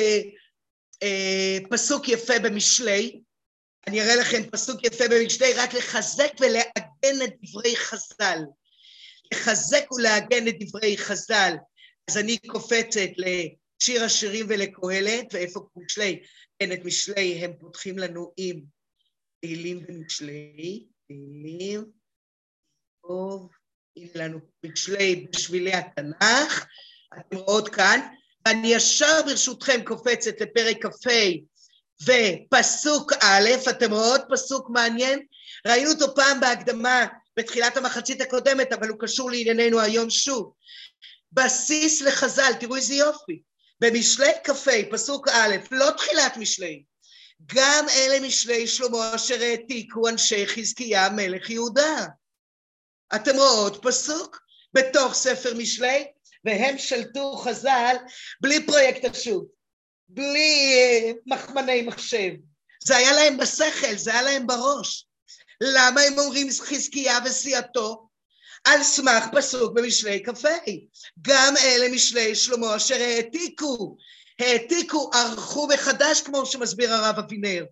פסוק יפה במשלי, אני אראה לכם פסוק יפה במשלי, רק לחזק ולעגן את דברי חז"ל, לחזק ולעגן את דברי חז"ל, אז אני קופצת לשיר השירים ולקהלת, ואיפה משלי? כן, את משלי הם פותחים לנו עם תהילים ומשלי, תהילים, טוב, הנה לנו משלי בשבילי התנ"ך, אתם רואות כאן, ואני ישר ברשותכם קופצת לפרק כ"ה ופסוק א', אתם רואות פסוק מעניין? ראינו אותו פעם בהקדמה בתחילת המחצית הקודמת, אבל הוא קשור לענייננו היום שוב. בסיס לחז"ל, תראו איזה יופי, במשלי כ"ה, פסוק א', לא תחילת משלי, גם אלה משלי שלמה אשר העתיקו אנשי חזקיה מלך יהודה. אתם רואות פסוק בתוך ספר משלי, והם שלטו חז"ל בלי פרויקט השו"ת, בלי מחמני מחשב. זה היה להם בשכל, זה היה להם בראש. למה הם אומרים חזקיה וסיעתו? על סמך פסוק במשלי כ"ה. גם אלה משלי שלמה אשר העתיקו, ערכו מחדש כמו שמסביר הרב אבינר.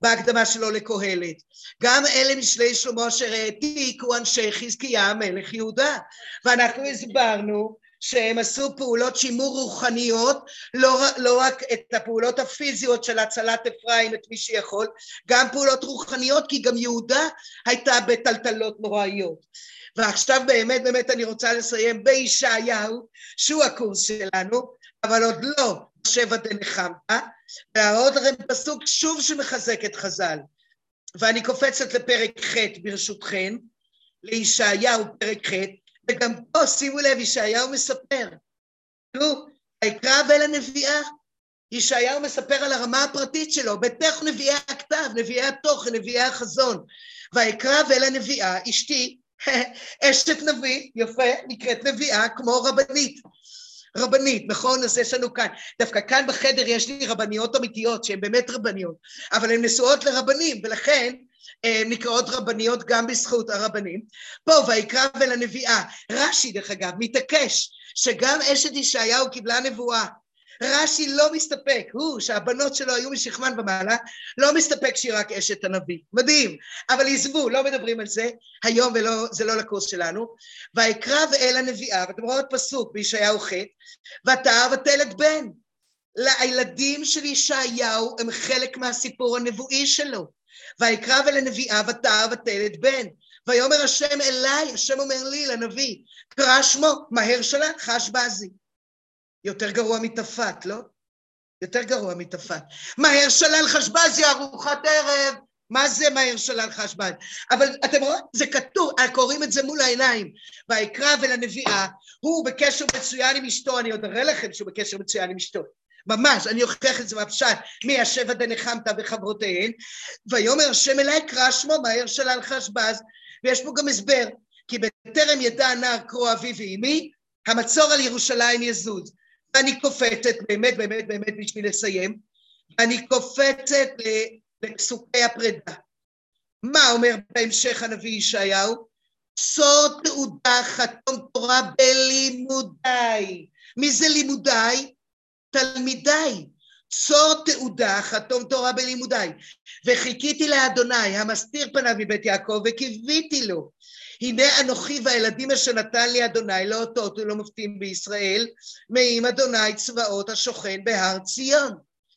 בהקדמה שלו לקהלת. גם אלה משלי שלמה אשר העתיקו אנשי חזקיה מלך יהודה. ואנחנו הסברנו שהם עשו פעולות שימור רוחניות, לא רק את הפעולות הפיזיות של הצלת אפרים, את מי שיכול, גם פעולות רוחניות, כי גם יהודה הייתה בטלטלות נוראיות. ועכשיו באמת אני רוצה לסיים בישעיהו, שהוא הקורס שלנו, אבל עוד לא שבע דנחמת, להראות לכם פסוק שוב שמחזק את חז"ל. ואני קופצת לפרק ח' ברשותכם, לישעיהו פרק ח', וגם פה שימו לב, ישעיהו מספר, תראו, ויקרא אל הנביאה, ישעיהו מספר על הרמה הפרטית שלו, בתוך נביאי הכתב, נביאי התוכן, נביאי החזון, ויקרא אל הנביאה, אשתי, אשת נביא, יפה, נקראת נביאה כמו רבנית, נכון? אז יש לנו כאן, דווקא כאן בחדר יש לי רבניות אמיתיות, שהן באמת רבניות, אבל הן נשואות לרבנים, ולכן הן נקראות רבניות גם בזכות הרבנים. פה, ויקרא אל הנביאה, רש"י דרך אגב, מתעקש, שגם אשת ישעיהו קיבלה נבואה, רש"י לא מסתפק, הוא שהבנות שלו היו משכמן ומעלה, לא מסתפק שהיא רק אשת הנביא, מדהים, אבל עזבו, לא מדברים על זה, היום זה לא לקורס שלנו, ויקרא אל הנביאה, ואתם רואים פסוק בישעיהו ח', ותהב ותלד בן, לילדים של ישעיהו הם חלק מהסיפור הנבואי שלו, ויקרא אל הנביאה ותהב ותלד בן, ויאמר השם אליי, השם אומר לי לנביא, קרא שמו, מהר שלה, חשבזי. יותר גרוע מתפת, לא? יותר גרוע מתפת. מהר שלל חשבזי, ארוחת ערב. מה זה מהר שלל חשבז? אבל אתם רואים, זה כתוב, קוראים את זה מול העיניים. ויקרא אל הנביאה, הוא בקשר מצוין עם אשתו, אני עוד אראה לכם שהוא בקשר מצוין עם אשתו. ממש, אני אוכיח את זה בפשט, מהשבע דנחמת וחברותיהן, ויאמר השם אליי קרא שמו, מהר שלל חשבז, ויש פה גם הסבר, כי בטרם ידע הנער קרוא אבי ואמי, המצור על ירושלים יזוז. ואני קופצת, באמת בשביל לסיים, אני קופצת לפסוקי הפרידה. מה אומר בהמשך הנביא ישעיהו? צור תעודה חתום תורה בלימודיי. מי זה לימודיי? תלמידיי. צור תעודה חתום תורה בלימודיי. וחיכיתי לאדוני המסתיר פניו מבית יעקב וקיוויתי לו. הנה אנוכי והילדים אשר נתן לי אדוני לא אותות ולא מופתים בישראל, מעם אדוני צבאות השוכן בהר ציון.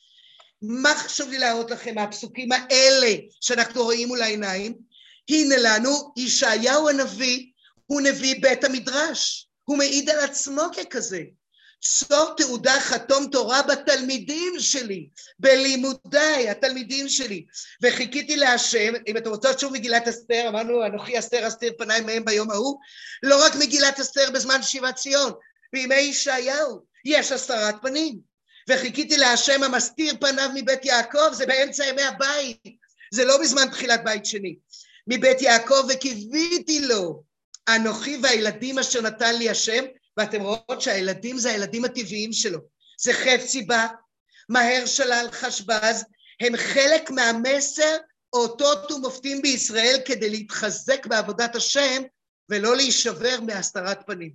מה חשוב לי להראות לכם מהפסוקים האלה שאנחנו רואים מול העיניים? הנה לנו, ישעיהו הנביא הוא נביא בית המדרש, הוא מעיד על עצמו ככזה. צור תעודה חתום תורה בתלמידים שלי, בלימודיי, התלמידים שלי, וחיכיתי להשם. אם אתם רוצות שוב מגילת אסתר, אמרנו אנוכי אסתר אסתיר פניי מהם ביום ההוא, לא רק מגילת אסתר בזמן שיבת ציון, בימי ישעיהו יש הסתרת פנים, וחיכיתי להשם המסתיר פניו מבית יעקב, זה באמצע ימי הבית, זה לא בזמן תחילת בית שני, מבית יעקב וקיוויתי לו, אנוכי והילדים אשר נתן לי השם, ואתם רואות שהילדים זה הילדים הטבעיים שלו, זה חפצי בה, מהר שלל חשבז, הם חלק מהמסר אותות ומופתים בישראל כדי להתחזק בעבודת השם ולא להישבר מהסתרת פנים.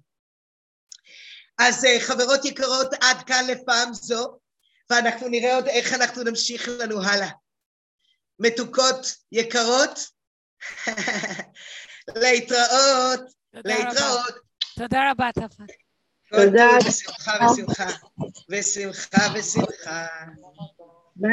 אז חברות יקרות, עד כאן לפעם זו, ואנחנו נראה עוד איך אנחנו נמשיך לנו הלאה. מתוקות יקרות, להתראות, להתראות. תודה רבה, תפת. תודה. בשמחה.